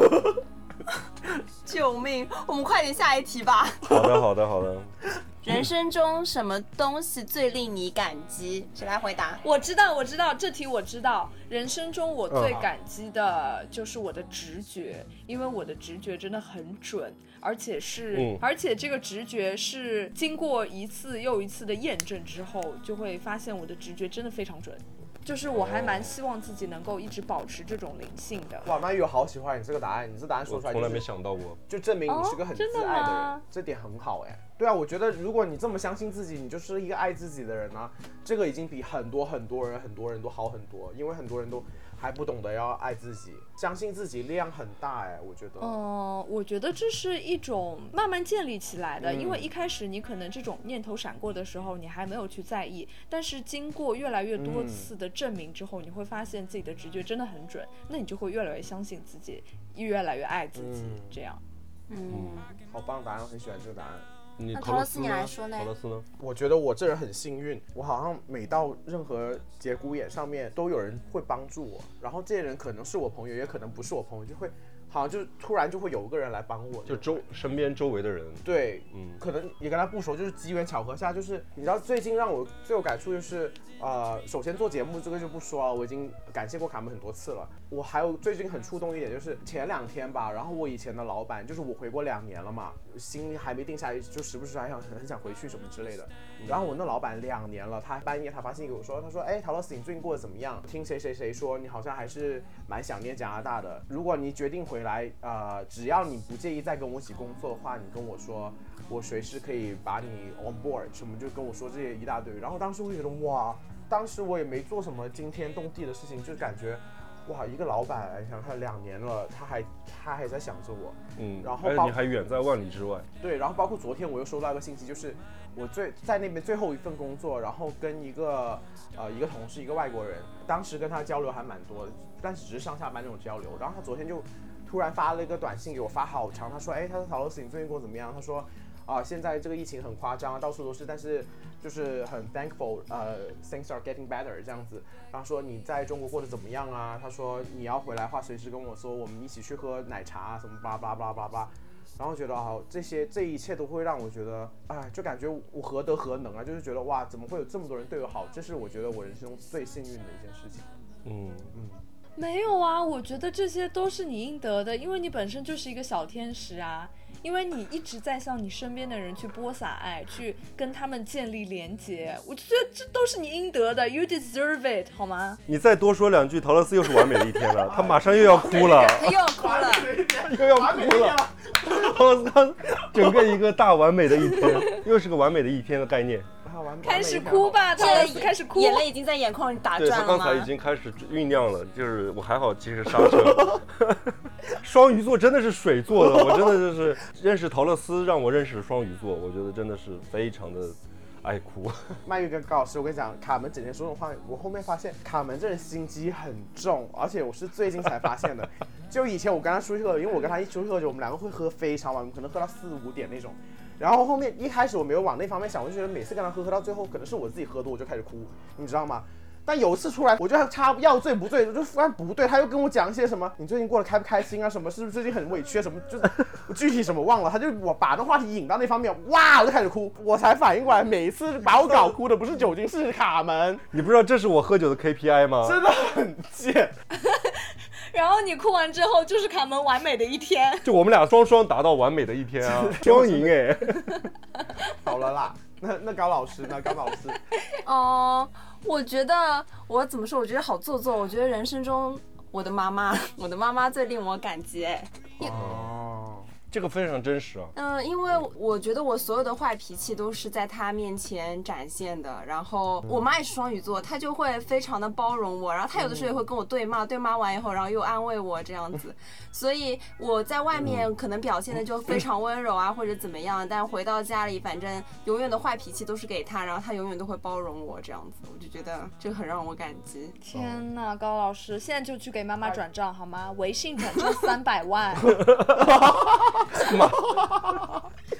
救命！我们快点下一题吧。 好的。 人生中什么东西最令你感激？谁来回答？ 我知道，这题我知道。人生中我最感激的就是我的直觉，因为我的直觉真的很准，而且这个直觉是经过一次又一次的验证之后，就会发现我的直觉真的非常准。就是我还蛮希望自己能够一直保持这种灵性的。 哇，曼玉，我好喜欢你这个答案，你这答案说出来、就是， 我从来没想到过， 就证明你是个很自爱的人，这点很好哎。对啊，我觉得如果你这么相信自己，你就是一个爱自己的人啊，这个已经比很多人都好很多，因为很多人都还不懂得要爱自己，相信自己力量很大哎，我觉得。 我觉得这是一种慢慢建立起来的，因为一开始你可能这种念头闪过的时候，你还没有去在意，但是经过越来越多次的证明之后，你会发现自己的直觉真的很准，那你就会越来越相信自己，越来越爱自己，这样。 好棒的答案，我很喜欢这个答案。 那陶乐斯你来说呢？ 陶乐斯呢？ 我觉得我这人很幸运，我好像每到任何节骨眼上面都有人会帮助我，然后这些人可能是我朋友，也可能不是我朋友，就会好像就突然就会有一个人来帮我， 就身边周围的人。 对，可能也跟他不熟，就是机缘巧合下，就是你知道最近让我最有感触就是，首先做节目这个就不说了，我已经感谢过卡门很多次了。我还有最近很触动一点就是前2天吧，然后我以前的老板，就是我回国2年了嘛，心还没定下来，就时不时还很想回去什么之类的。然后我那老板2年了，他半夜他发信给我说，他说，陶乐斯你最近过得怎么样？听谁说你好像还是蛮想念加拿大的。如果你决定回来，只要你不介意再跟我一起工作的话，你跟我说，我随时可以把你 on board， 什么就跟我说这些一大堆。然后当时我就觉得哇，当时我也没做什么惊天动地的事情，就感觉哇，一个老板想看2年了，他还在想着我，然后你还远在万里之外。 对，然后包括昨天我又收到一个信息，就是我在那边最后一份工作，然后跟一个同事，一个外国人，当时跟他交流还蛮多的，但只是上下班那种交流。然后他昨天就突然发了一个短信给我，发好长，他说，他说陶乐斯你最近过得怎么样？他说，现在这个疫情很夸张，到处都是，但是就是很 thankful， things are getting better 这样子。然后说你在中国过得怎么样啊？他说你要回来的话，随时跟我说，我们一起去喝奶茶啊，什么巴拉巴拉巴拉巴拉。然后觉得这一切都会让我觉得，就感觉我何德何能啊？就是觉得哇，怎么会有这么多人对我好？这是我觉得我人生中最幸运的一件事情。 没有啊，我觉得这些都是你应得的，因为你本身就是一个小天使啊。因为你一直在向你身边的人去播撒爱，去跟他们建立连结，我觉得这都是你应得的 ，You deserve it， 好吗？ 你再多说2句，陶乐斯又是完美的一天了，他马上又要哭了， 他又要哭了， 又要哭了，他整个一个大完美的一天，又是个完美的一天的概念。 开始哭吧，陶乐斯开始哭， 眼泪已经在眼眶里打转了吗？ 对，他刚才已经开始酝酿了，就是我还好及时刹车。双鱼座真的是水做的，我真的就是认识陶乐斯，让我认识了双鱼座，我觉得真的是非常的爱哭。 曼玉跟高老师，我跟你讲，卡门整天说这种话，我后面发现卡门这人心机很重，而且我是最近才发现的。就以前我跟他出去喝，因为我跟他一起出去喝酒，我们2个会喝非常晚，可能喝到4、5点那种。然后后面一开始我没有往那方面想，我就觉得每次跟他喝到最后，可能是我自己喝多我就开始哭，你知道吗？但有一次出来，我就要醉不醉，我就突然不对，他又跟我讲一些什么，你最近过得开不开心啊？什么是不是最近很委屈啊？什么就是我具体什么忘了，他就我把那话题引到那方面，哇，我就开始哭，我才反应过来，每一次把我搞哭的不是酒精，是卡门。 你不知道这是我喝酒的 KPI 吗？ 真的很贱。 然后你哭完之后，就是卡门完美的一天， 就我们俩双达到完美的一天啊，双赢哎。 好了啦，那高老师呢？高老师， 我觉得我怎么说？我觉得好做作。我觉得人生中我的妈妈最令我感激哎。 这个非常真实啊。 因为我觉得我所有的坏脾气都是在她面前展现的。然后我妈也是双鱼座，她就会非常的包容我，然后她有的时候也会跟我对骂完以后，然后又安慰我这样子。所以我在外面可能表现的就非常温柔啊，或者怎么样，但回到家里，反正永远的坏脾气都是给她，然后她永远都会包容我这样子。我就觉得这很让我感激。 天哪，高老师，现在就去给妈妈转账好吗？微信转账300万。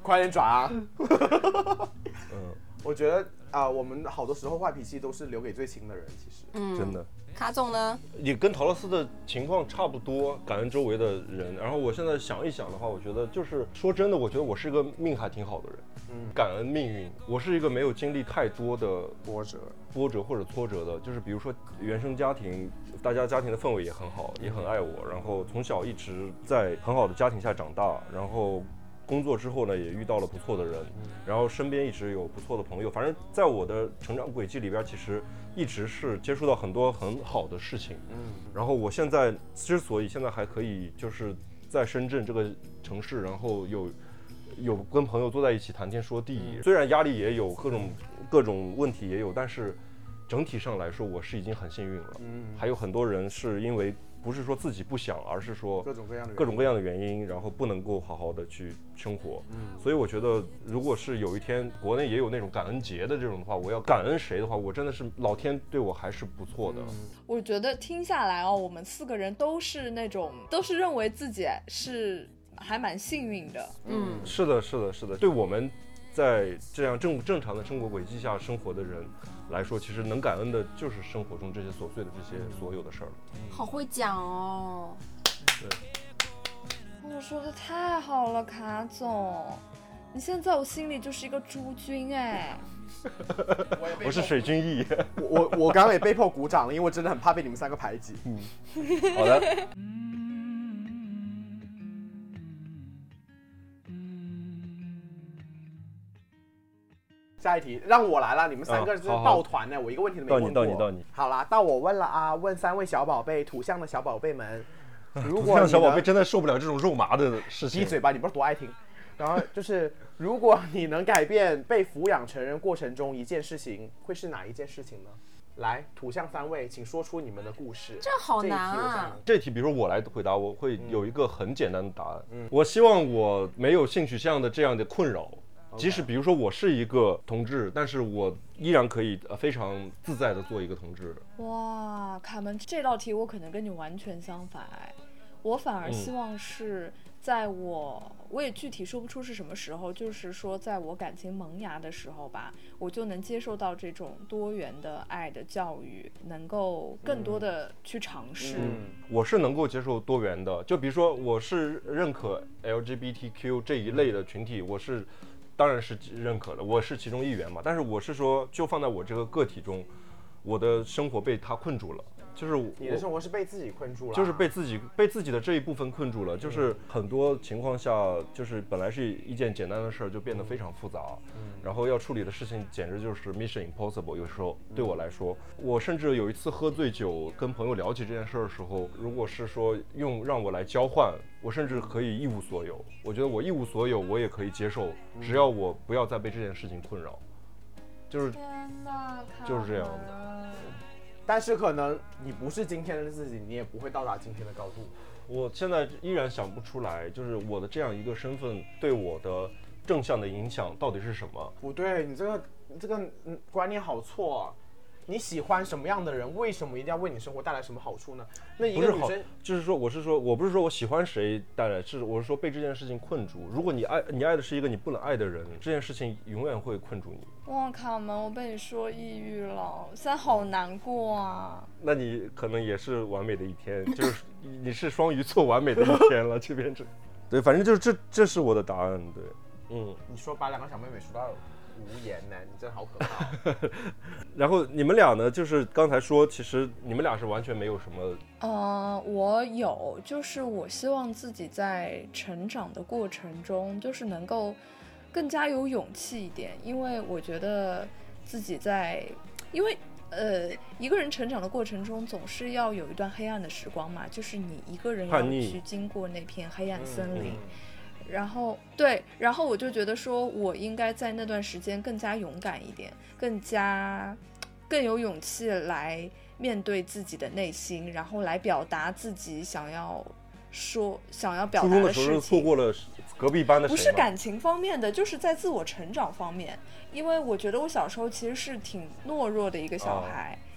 快点转啊！ 嗯， 我觉得我们好多时候坏脾气都是留给最亲的人，其实。 真的。 卡总呢？ 也跟陶乐斯的情况差不多，感恩周围的人。然后我现在想一想的话，我觉得就是说真的，我觉得我是一个命还挺好的人。感恩命运。我是一个没有经历太多的波折或者挫折的，就是比如说原生家庭，大家家庭的氛围也很好，也很爱我，然后从小一直在很好的家庭下长大，然后工作之后呢，也遇到了不错的人，然后身边一直有不错的朋友。反正在我的成长轨迹里边，其实一直是接触到很多很好的事情。然后我现在之所以现在还可以就是在深圳这个城市，然后有跟朋友坐在一起谈天说地，虽然压力也有各种问题也有，但是整体上来说我是已经很幸运了。还有很多人是因为不是说自己不想，而是说各种各样的原因，然后不能够好好的去生活。所以我觉得如果是有一天国内也有那种感恩节的这种的话，我要感恩谁的话，我真的是老天对我还是不错的。 我觉得听下来哦，我们4个人都是认为自己是还蛮幸运的。 是的。对我们在这样正常的生活轨迹下生活的人来说，其实能感恩的就是生活中这些琐碎的这些所有的事儿。 好会讲哦。 对， 我说的太好了，卡总，你现在我心里就是一个诸君哎。 我是水军毅。 我刚刚也被迫鼓掌了，因为我真的很怕被你们3个排挤。 好的。 下一题让我来了，你们3个是抱团的，我一个问题都没问过。 到你。 好啦，到我问了啊，问3位小宝贝，土象的小宝贝们，如果土象小宝贝真的受不了这种肉麻的事情。 闭嘴吧，你不是多爱听。然后就是，如果你能改变被抚养成人过程中一件事情，会是哪一件事情呢？来，土象3位，请说出你们的故事。 这好难啊！ 这题比如说我来回答，我会有一个很简单的答案。我希望我没有性取向的这样的困扰。即使比如说我是一个同志，但是我依然可以非常自在的做一个同志。 哇，卡门，这道题我可能跟你完全相反哎，我反而希望是在我也具体说不出是什么时候，就是说在我感情萌芽的时候吧，我就能接受到这种多元的爱的教育，能够更多的去尝试。 我是能够接受多元的，就比如说我是认可 LGBTQ 这一类的群体，我是当然是认可的，我是其中一员嘛。但是我是说，就放在我这个个体中，我的生活被他困住了，就是你的生活是被自己困住了， 就是被自己的这一部分困住了。就是很多情况下，就是本来是一件简单的事儿，就变得非常复杂。然后要处理的事情简直就是 mission impossible。有时候对我来说，我甚至有一次喝醉酒跟朋友聊起这件事的时候，如果是说让我来交换，我甚至可以一无所有。我觉得我一无所有，我也可以接受，只要我不要再被这件事情困扰。就是这样的。 但是可能你不是今天的自己，你也不会到达今天的高度。 我现在依然想不出来，就是我的这样一个身份对我的正向的影响到底是什么？ 不对，你这个观念好错啊。你喜欢什么样的人，为什么一定要为你生活带来什么好处呢？那一个女生就是说，我不是说我喜欢谁带来，我是说被这件事情困住。如果你爱的是一个你不能爱的人，这件事情永远会困住你。 哇，卡门，我被你说抑郁了，现在好难过啊。 那你可能也是完美的一天，就是你是双鱼座完美的一天了，这边对，反正就是这是我的答案。对， 你说把2个小妹妹说到无言呢，你真好可怕。 然后你们俩呢，就是刚才说，其实你们俩是完全没有什么。 我有，就是我希望自己在成长的过程中，就是能够更加有勇气一点，因为我觉得自己因为一个人成长的过程中，总是要有一段黑暗的时光嘛，就是你一个人要去经过那片黑暗森林。然后我就觉得说，我应该在那段时间更加勇敢一点，更有勇气来面对自己的内心，然后来表达自己想要表达的事情。初中的时候错过了隔壁班的谁吗？ 不是感情方面的，就是在自我成长方面。因为我觉得我小时候其实是挺懦弱的一个小孩。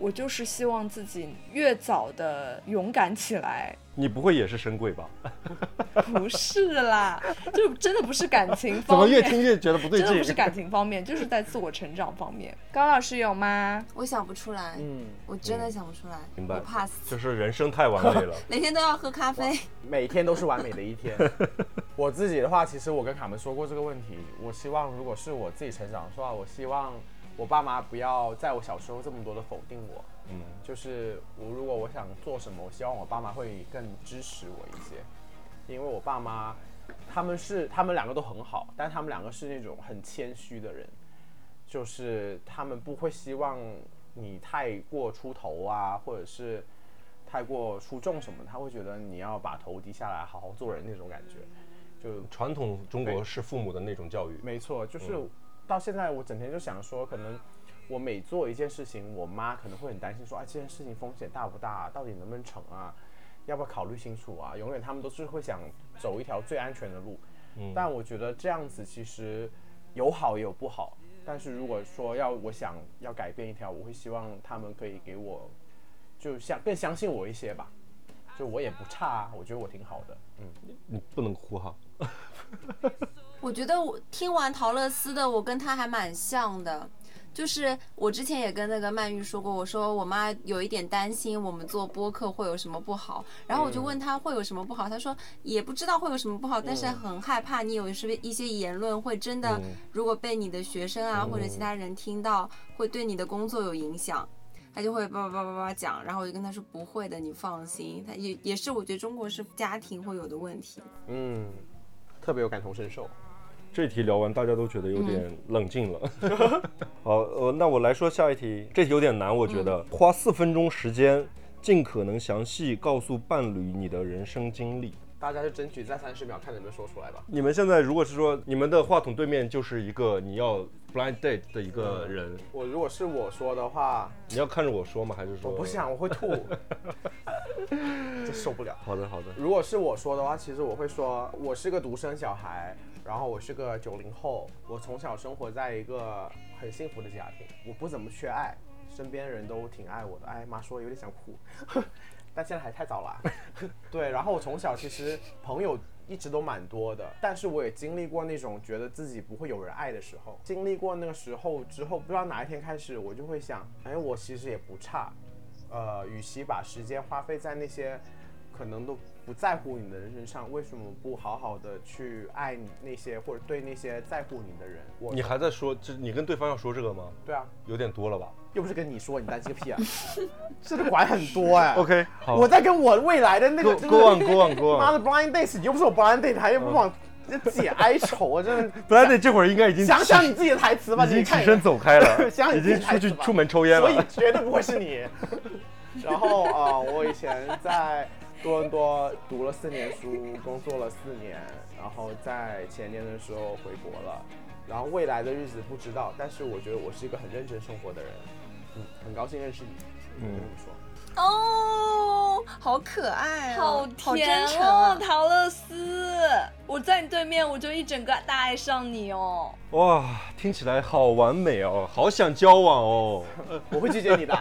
我就是希望自己越早的勇敢起来。 你不会也是深贵吧？ 不是啦，就真的不是感情怎么方面， 越听越觉得不对劲？ 真的不是感情方面，就是在自我成长方面。高老师有吗？ 我想不出来，我真的想不出来， 明白我 pass， 就是人生太完美了。 每天都要喝咖啡。 每天都是完美的一天。我自己的话，其实我跟卡门说过这个问题。我希望如果是我自己成长的话，我希望我爸妈不要在我小时候这么多的否定我。就是如果我想做什么，我希望我爸妈会更支持我一些。因为我爸妈他们两个都很好，但他们两个是那种很谦虚的人，就是他们不会希望你太过出头啊，或者是太过出众什么，他会觉得你要把头低下来好好做人那种感觉。就传统中国式父母的那种教育。 没错，就是到现在我整天就想说，可能我每做一件事情，我妈可能会很担心说，这件事情风险大不大，到底能不能成啊，要不要考虑清楚啊，永远他们都是会想走一条最安全的路。但我觉得这样子其实有好也有不好，但是如果说我想要改变一条，我会希望他们可以给我就更相信我一些吧，就我也不差啊，我觉得我挺好的。 你不能哭哈。 我觉得我听完陶乐斯的，我跟他还蛮像的。就是我之前也跟那个曼玉说过，我说我妈有一点担心我们做播客会有什么不好，然后我就问她会有什么不好，她说也不知道会有什么不好，但是很害怕你有一些言论会真的，如果被你的学生啊或者其他人听到，会对你的工作有影响。他就会叭讲，然后我就跟他说不会的，你放心。他也是我觉得中国式家庭会有的问题。 特别有感同身受。 这题聊完，大家都觉得有点冷静了。好，那我来说下一题。这题有点难，我觉得。花4分钟时间，尽可能详细告诉伴侣你的人生经历。 大家就争取在30秒看能不能说出来吧。 你们现在如果是说你们的话筒对面就是一个你要 blind date 的一个人， 我如果是我说的话， 你要看着我说吗？还是说？ 我不想，我会吐，这受不了。 好的。 如果是我说的话，其实我会说，我是个独生小孩，然后我是个90后，我从小生活在一个很幸福的家庭，我不怎么缺爱，身边人都挺爱我的。妈说有点想哭。但现在还太早了。对，然后我从小其实朋友一直都蛮多的，但是我也经历过那种觉得自己不会有人爱的时候。经历过那个时候之后，不知道哪一天开始，我就会想，我其实也不差。与其把时间花费在那些可能都不在乎你的人身上，为什么不好好的去爱你那些或者对那些在乎你的人？ 你还在说，你跟对方要说这个吗？ 对啊， 有点多了吧？ 又不是跟你说，你担心个屁啊！这个管很多 OK， 好， 我在跟我未来的那个 go on。 妈的 blind date， 你又不是我 blind date， 还不往解哀愁啊！真的 blind date 这会儿应该已经想想你自己的台词吧， 已经起身走开了，已经出门抽烟了， 所以绝对不会是你。然后我以前在多伦多读了4年书，工作了4年，然后在前年的时候回国了。然后未来的日子不知道，但是我觉得我是一个很认真生活的人。很高兴认识你。跟你说。 哦，好可爱好甜真诚哦，陶乐斯，我在你对面，我就一整个大爱上你哦。 哇，听起来好完美哦，好想交往哦。 我会拒绝你的。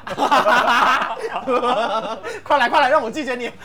快来，让我拒绝你。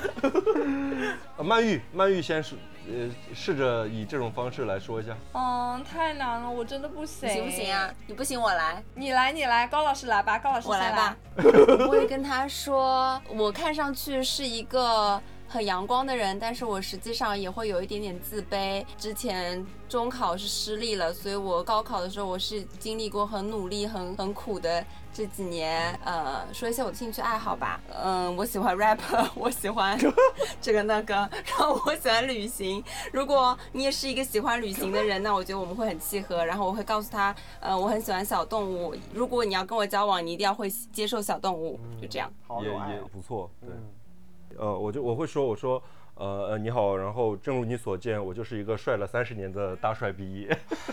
曼玉先试着以这种方式来说一下。 太难了，我真的不行。 你行不行啊？你不行我来。 你来，高老师来吧，高老师我来吧。我会跟他说，我看上去是一个很阳光的人，但是我实际上也会有一点点自卑。之前中考是失利了，所以我高考的时候我是经历过很努力、很苦的这几年。说一些我的兴趣爱好吧。我喜欢 rap， 我喜欢这个那个，然后我喜欢旅行。如果你也是一个喜欢旅行的人，那我觉得我们会很契合。然后我会告诉他，我很喜欢小动物。如果你要跟我交往，你一定要会接受小动物，就这样。 也不错，对。我会说，我说，你好，然后正如你所见，我就是一个帅了30年的大帅逼。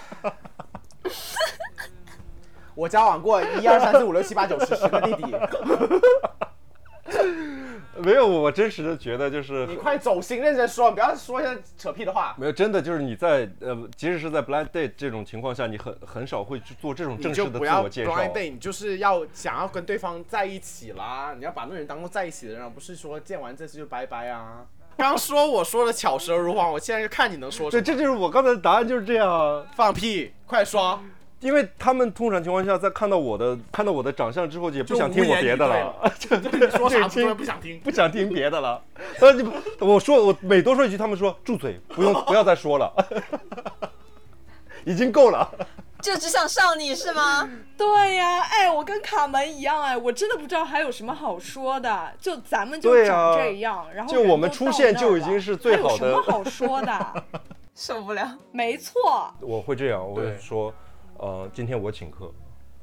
我交往过1、2、3、4、5、6、7、8、9、10个弟弟。 没有，我真实的觉得就是你快走心，认真说，你不要说一些扯屁的话。 没有，真的就是你在即使是在 blind date 这种情况下，你很少会去做这种正式的自我介绍。 你就不要 blind date， 你就是要想要跟对方在一起啦，你要把那人当做在一起的人，而不是说见完这次就拜拜啊。刚说我说的巧舌如簧，我现在就看你能说什么。 对，这就是我刚才的答案，就是这样啊。 放屁，快说。 因为他们通常情况下，在看到我的长相之后，也不想听我别的了， 就你说啥不想听， 不想听别的了。我每多说一句，他们说住嘴，不要再说了，已经够了。 就只想上你是吗？ 对呀，哎，我跟卡门一样，哎，我真的不知道还有什么好说的，就咱们就长这样，然后就我们出现就已经是最好的， 还有什么好说的？ 受不了。 没错， 我会这样，我会说。今天我请客。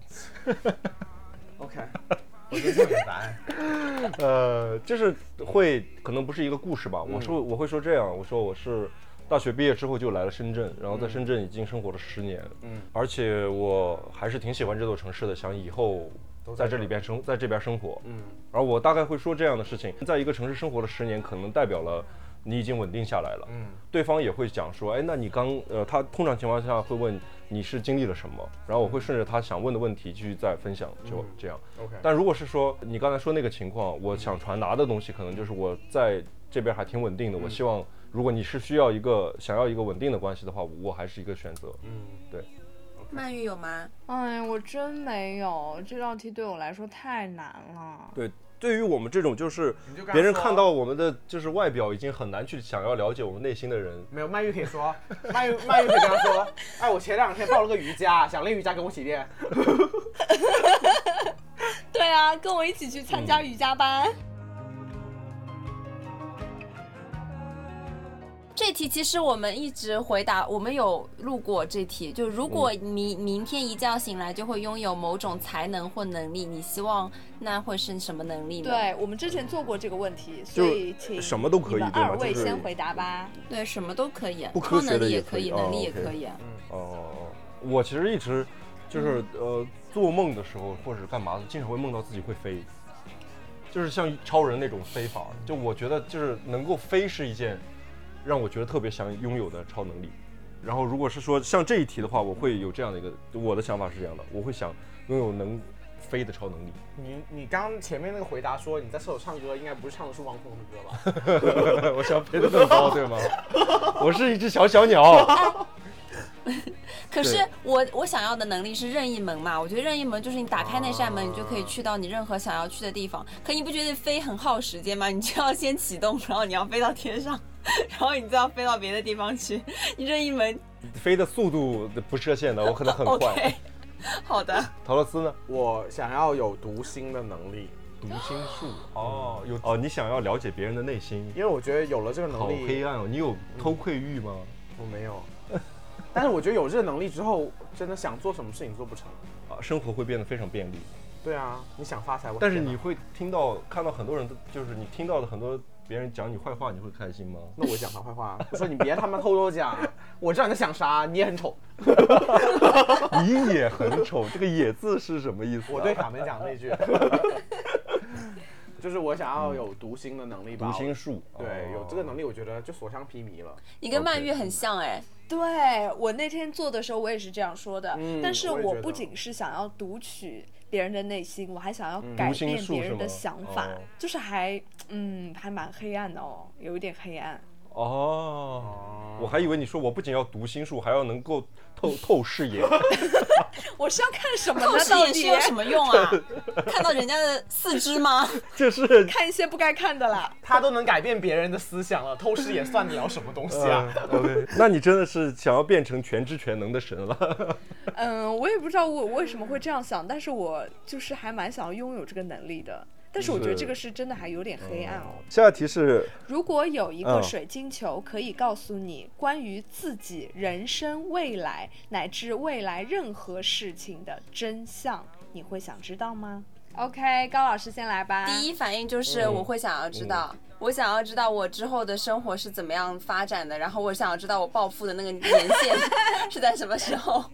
OK， 我觉得这个答案。 就是可能不是一个故事吧。我会说这样，我说我是大学毕业之后就来了深圳，然后在深圳已经生活了10年。而且我还是挺喜欢这座城市的，想以后在这边生活。然后我大概会说这样的事情，在一个城市生活了10年，可能代表了你已经稳定下来了。对方也会讲说，哎，那你他通常情况下会问你是经历了什么，然后我会顺着他想问的问题继续再分享，就这样。 OK。 但如果是说你刚才说那个情况，我想传达的东西可能就是我在这边还挺稳定的，我希望如果你是想要一个稳定的关系的话，我还是一个选择。对。 曼玉有吗？ 哎，我真没有，这道题对我来说太难了。 对。对于我们这种就是别人看到我们的就是外表已经很难去想要了解我们内心的人， 没有曼玉可以说，曼玉可以跟他说，哎，我前2天报了个瑜伽，想练瑜伽跟我一起练。 对啊，跟我一起去参加瑜伽班。 这题其实我们一直回答，我们有录过这题，就如果你明天一觉醒来就会拥有某种才能或能力，你希望那会是什么能力呢？ 对，我们之前做过这个问题，所以请什么都可以， 你们2位先回答吧。 对，什么都可以， 超能力也可以，能力也可以。 我其实一直就是做梦的时候或者干嘛的，经常会梦到自己会飞，就是像超人那种飞法。就我觉得就是能够飞是一件让我觉得特别想拥有的超能力。然后如果是说像这一题的话，我会有这样的一个，我的想法是这样的，我会想拥有能飞的超能力。 你刚前面那个回答说你在厕所唱歌，应该不是唱的是汪峰的歌吧？我想飞得更高，对吗？我是一只小鸟。 可是我想要的能力是任意门嘛，我觉得任意门就是你打开那扇门，你就可以去到你任何想要去的地方。可你不觉得飞很耗时间吗？你就要先启动，然后你要飞到天上，然后你就要飞到别的地方去。你任意门飞的速度不设限的，我可能很快。 Okay, 好的。 陶乐斯呢？ 我想要有读心的能力。 读心术你想要了解别人的内心， 因为我觉得有了这个能力。 好黑暗哦！你有偷窥欲吗？ 我没有。但是我觉得有这个能力之后，真的想做什么事情做不成生活会变得非常便利。 对啊，你想发财， 但是你会看到很多人，就是你听到的很多别人讲你坏话，你会开心吗？ 那我讲他坏话，我说你别他妈偷偷讲，我知道你在想啥，你也很丑。 你也很丑，这个“也”字是什么意思？ 我对卡门讲那句。就是我想要有读心的能力吧， 读心术。 对，有这个能力，我觉得就所向披靡了。 你跟曼玉很像哎。 对，我那天做的时候，我也是这样说的。但是我不仅是想要读取别人的内心，我还想要改变别人的想法，就是还蛮黑暗的哦，有一点黑暗。 我还以为你说我不仅要读心术，还要能够透视眼。 我是要看什么呢？ 透视眼是有什么用啊？看到人家的四肢吗？ 就是看一些不该看的啦。 他都能改变别人的思想了，透视眼算得了什么东西啊 ？OK， 那你真的是想要变成全知全能的神了。 我也不知道我为什么会这样想，但是我就是还蛮想要拥有这个能力的。但是我觉得这个是真的还有点黑暗哦。 下题是： 如果有一个水晶球可以告诉你关于自己人生、未来乃至未来任何事情的真相，你会想知道吗 ？OK， 高老师先来吧。 第一反应就是我会想要知道，我想要知道我之后的生活是怎么样发展的，然后我想要知道我暴富的那个年限是在什么时候。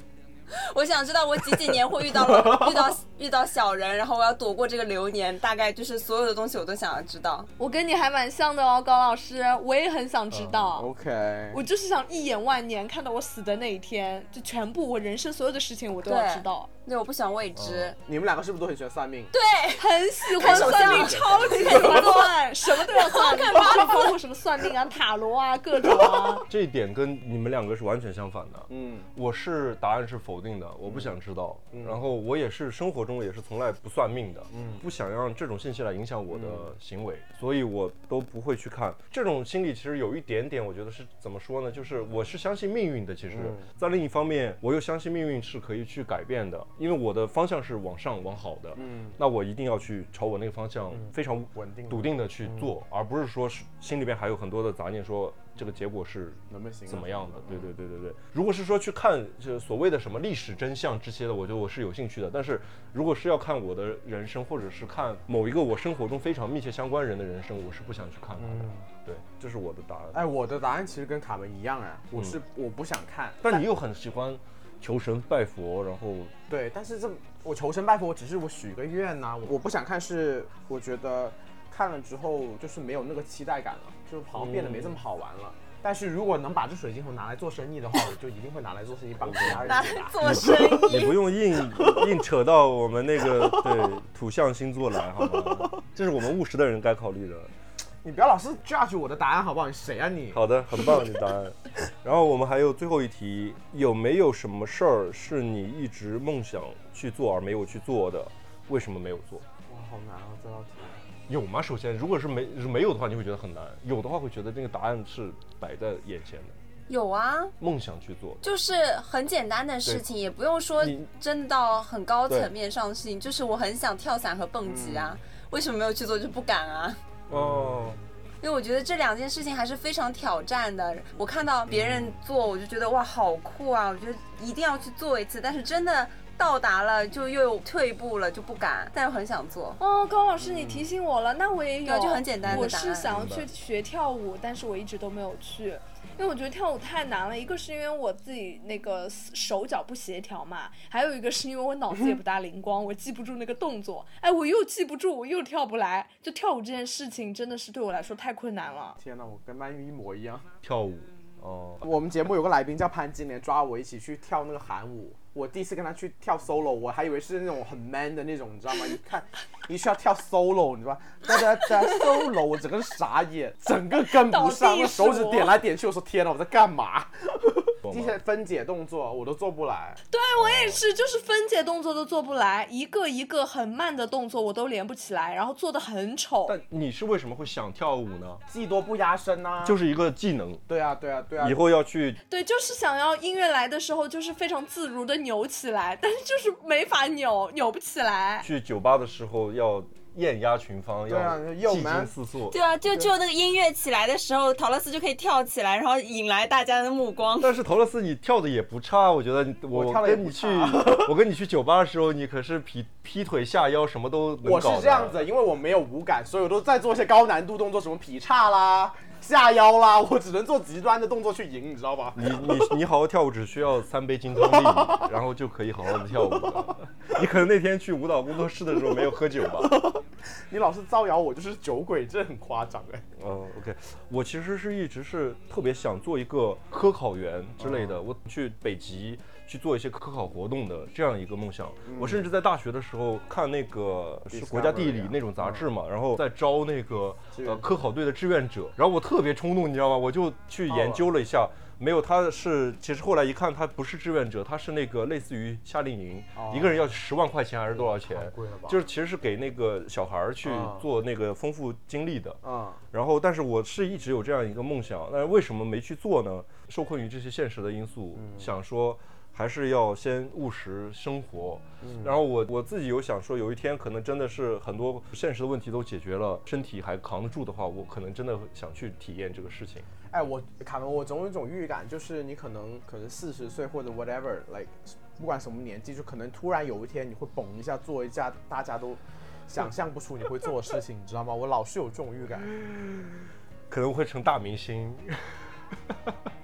我想知道我几年会遇到小人，然后我要躲过这个流年，大概就是所有的东西我都想要知道。 我跟你还蛮像的哦，高老师，我也很想知道。 OK， 我就是想一眼万年，看到我死的那一天，就全部我人生所有的事情我都要知道。 对，我不喜欢未知。 你们两个是不是都很喜欢算命？ 对， 很喜欢算命，超级喜欢算，什么都要算，包括什么算命啊、塔罗啊、各种啊。 这一点跟你们两个是完全相反的。我是答案是否定的，我不想知道。然后我也是生活中也是从来不算命的，不想让这种信息来影响我的行为，所以我都不会去看。这种心理其实有一点点，我觉得是怎么说呢？就是我是相信命运的，其实，在另一方面，我又相信命运是可以去改变的。因为我的方向是往上往好的，那我一定要去朝我那个方向非常稳定笃定的去做，而不是说心里边还有很多的杂念，说这个结果是怎么样的。对。如果是说去看就所谓的什么历史真相这些的，我觉得我是有兴趣的。但是如果是要看我的人生，或者是看某一个我生活中非常密切相关人的人生，我是不想去看他的。对，这是我的答案。 哎，我的答案其实跟卡门一样哎，我不想看， 但你又很喜欢求神拜佛，然后对，但是我求神拜佛，只是我许个愿呐，我不想看，是我觉得看了之后就是没有那个期待感了，就好像变得没这么好玩了。但是如果能把这水晶球拿来做生意的话，我就一定会拿来做生意，帮其他人拿来做生意。 你不用硬扯到我们那个对土象星座来好吗？这是我们务实的人该考虑的。 你不要老是 judge 我的答案好不好？你谁啊你？ 好的，很棒你的答案。然后我们还有最后一题，有没有什么事儿是你一直梦想去做而没有去做的？为什么没有做？ 哇，好难啊这道题。 有吗？首先，如果是没有的话，你会觉得很难；有的话，会觉得那个答案是摆在眼前的。 有啊， 梦想去做， 就是很简单的事情，也不用说真到很高层面上的事情。就是我很想跳伞和蹦极啊，为什么没有去做？就不敢啊。 哦。 因为我觉得这两件事情还是非常挑战的。我看到别人做，我就觉得哇，好酷啊！我觉得一定要去做一次，但是真的到达了就又退步了，就不敢，但又很想做。 哦，高老师你提醒我了，那我也有， 就很简单的答案。 我是想要去学跳舞，但是我一直都没有去。因为我觉得跳舞太难了，一个是因为我自己那个手脚不协调嘛，还有一个是因为我脑子也不大灵光，我记不住那个动作，哎，我又记不住，我又跳不来，就跳舞这件事情真的是对我来说太困难了。 天哪，我跟曼玉一模一样。 跳舞，哦， 我们节目有个来宾叫潘金莲，抓我一起去跳那个韩舞。我第一次跟他去跳 solo， 我还以为是那种很 man 的那种，你知道吗？一去要跳 solo， 你知道吧？哒 solo， 我整个傻眼，整个跟不上，我手指点来点去，我说天哪，我在干嘛？这些分解动作我都做不来。 对，我也是，就是分解动作都做不来，一个一个很慢的动作我都连不起来，然后做得很丑。 但你是为什么会想跳舞呢？ 技多不压身啊， 就是一个技能。 对啊， 以后要去。 对，就是想要音乐来的时候，就是非常自如的扭起来，但是就是没法扭不起来。 去酒吧的时候要艳压群芳，要技惊四座。 对啊，就那个音乐起来的时候，陶乐斯就可以跳起来，然后引来大家的目光。 但是陶乐斯你跳的也不差，我觉得我跟你去酒吧的时候，你可是劈腿下腰什么都能搞的。 我是这样子，因为我没有五感，所以我都在做一些高难度动作，什么劈叉啦、下腰啦，我只能做极端的动作去赢，你知道吧？ 你好好跳舞只需要3杯金汤力，然后就可以好好的跳舞了。你可能那天去舞蹈工作室的时候没有喝酒吧？ 你老是造谣我就是酒鬼，这很夸张哎。 OK， 我其实是一直是特别想做一个科考员之类的，我去北极去做一些科考活动的这样一个梦想。我甚至在大学的时候看那个是国家地理那种杂志嘛，然后在招那个科考队的志愿者，然后我特别冲动，你知道吗？我就去研究了一下。没有，他是其实后来一看，他不是志愿者，他是那个类似于夏令营，一个人要10万块钱还是多少钱？就是其实是给那个小孩去做那个丰富经历的。然后，但是我是一直有这样一个梦想，但是为什么没去做呢？受困于这些现实的因素，想说还是要先务实生活。然后我自己有想说，有一天可能真的是很多现实的问题都解决了，身体还扛得住的话，我可能真的想去体验这个事情。 哎，卡门，我总有一种预感，就是你可能40岁或者 whatever，like 不管什么年纪，就可能突然有一天你会嘣一下做一下大家都想象不出你会做的事情，你知道吗？我老是有这种预感， 可能会成大明星。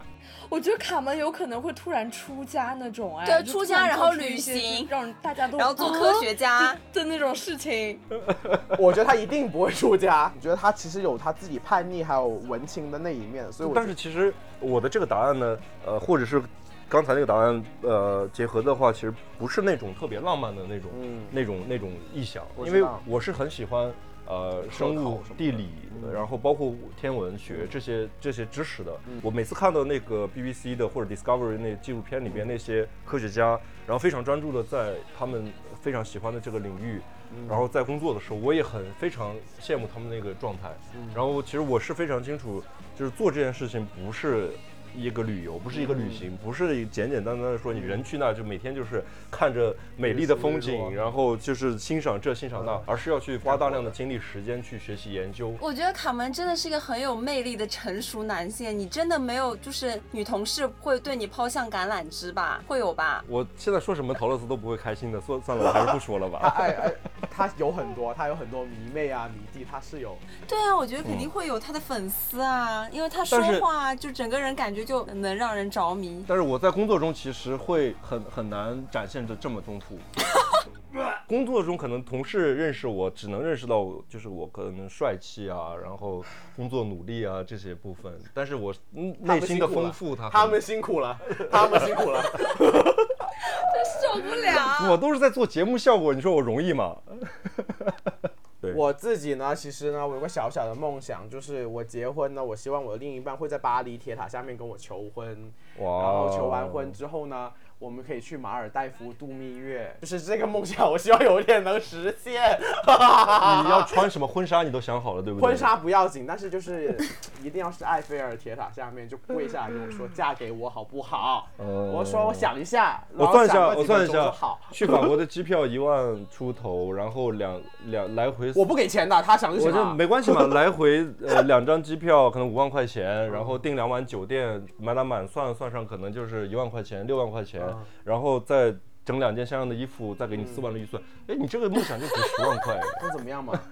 我觉得卡门有可能会突然出家那种，哎， 对， 就出家然后旅行， 让大家都然后做科学家的那种事情。 我觉得他一定不会出家，我觉得他其实有他自己叛逆还有文青的那一面，所以但是其实我的这个答案呢，或者是刚才那个答案，结合的话，其实不是那种特别浪漫的那种意象，因为我是很喜欢生物、地理，然后包括天文学这些知识的。我每次看到那个 BBC 的或者 Discovery 那纪录片里边那些科学家，然后非常专注的在他们非常喜欢的这个领域，然后在工作的时候，我也非常羡慕他们那个状态。然后其实我是非常清楚，就是做这件事情不是一个旅游，不是一个旅行，不是简简单单的说你人去那就每天就是看着美丽的风景，然后就是欣赏这欣赏那，而是要去花大量的精力时间去学习研究。 我觉得卡门真的是一个很有魅力的成熟男性，你真的没有就是女同事会对你抛向橄榄枝吧？会有吧？ 我现在说什么陶乐斯都不会开心的，算了，我还是不说了吧。 他有很多迷妹啊迷弟，他是有。 对啊，我觉得肯定会有他的粉丝啊，因为他说话就整个人感觉就能让人着迷。 但是我在工作中其实会很难展现着这么丰富。工作中可能同事认识我，只能认识到就是我可能帅气啊，然后工作努力啊这些部分，但是我内心的丰富， 他们辛苦了，他们辛苦了。 受不了！ 我都是在做节目效果，你说我容易吗？对， 我自己呢，其实呢，我有个小小的梦想，就是我结婚呢，我希望我的另一半会在巴黎铁塔下面跟我求婚，然后求完婚之后呢，我们可以去马尔代夫度蜜月，就是这个梦想，我希望有一天能实现。 你要穿什么婚纱，你都想好了，对不对？ 婚纱不要紧，但是就是一定要是埃菲尔铁塔下面就跪下来跟我说嫁给我好不好？我说我想一下， 我算一下， 好。 去法国的机票1万出头，然后两来回， 我不给钱的，他想就行了。 我就没关系嘛，来回2张机票可能5万块钱，然后订2晚酒店，满算上可能就是1万块钱6万块钱，然后再整2件像样的衣服，再给你4万的预算。哎，你这个梦想就值10万块， 那怎么样嘛？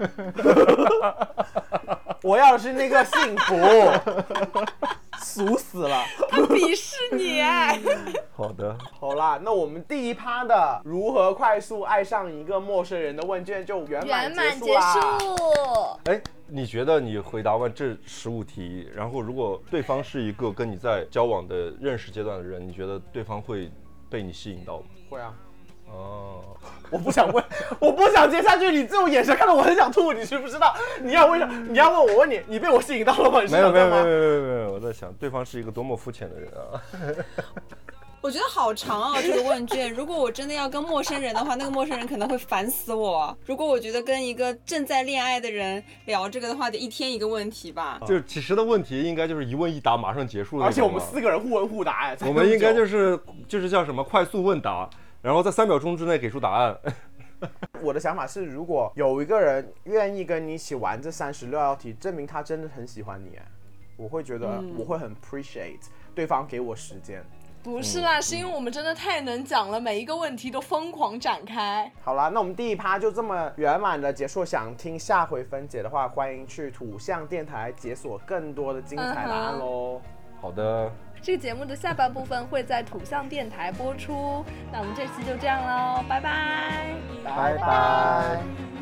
我要的是那个幸福，俗死了。 他鄙视你哎。 好的， 好啦，那我们第一趴的如何快速爱上一个陌生人的问卷就圆满结束啦。 哎，你觉得你回答完这15题，然后如果对方是一个跟你在交往的认识阶段的人，你觉得对方会被你吸引到吗？ 会啊。 哦， 我不想问，我不想接下去。你这种眼神看得我很想吐，你知不知道？你要问我，我问你，你被我吸引到了吗？ 没有，我在想对方是一个多么肤浅的人啊。 我觉得好长啊，这个问卷。如果我真的要跟陌生人的话，那个陌生人可能会烦死我。如果我觉得跟一个正在恋爱的人聊这个的话，得1天1个问题吧。 就是其实的问题应该就是1问1答马上结束的， 而且我们4个人互问互答哎。 我们应该就是叫什么快速问答，然后在3秒钟之内给出答案。 我的想法是，如果有一个人愿意跟你一起玩这36道题，证明他真的很喜欢你，我会觉得我会很 appreciate 对方给我时间。 不是啦，是因为我们真的太能讲了，每一个问题都疯狂展开。 好啦，那我们第一趴就这么圆满的结束。想听下回分解的话，欢迎去土象电台解锁更多的精彩答案咯。 好的， 这个节目的下半部分会在土象电台播出。那我们这期就这样咯，拜拜， 拜拜。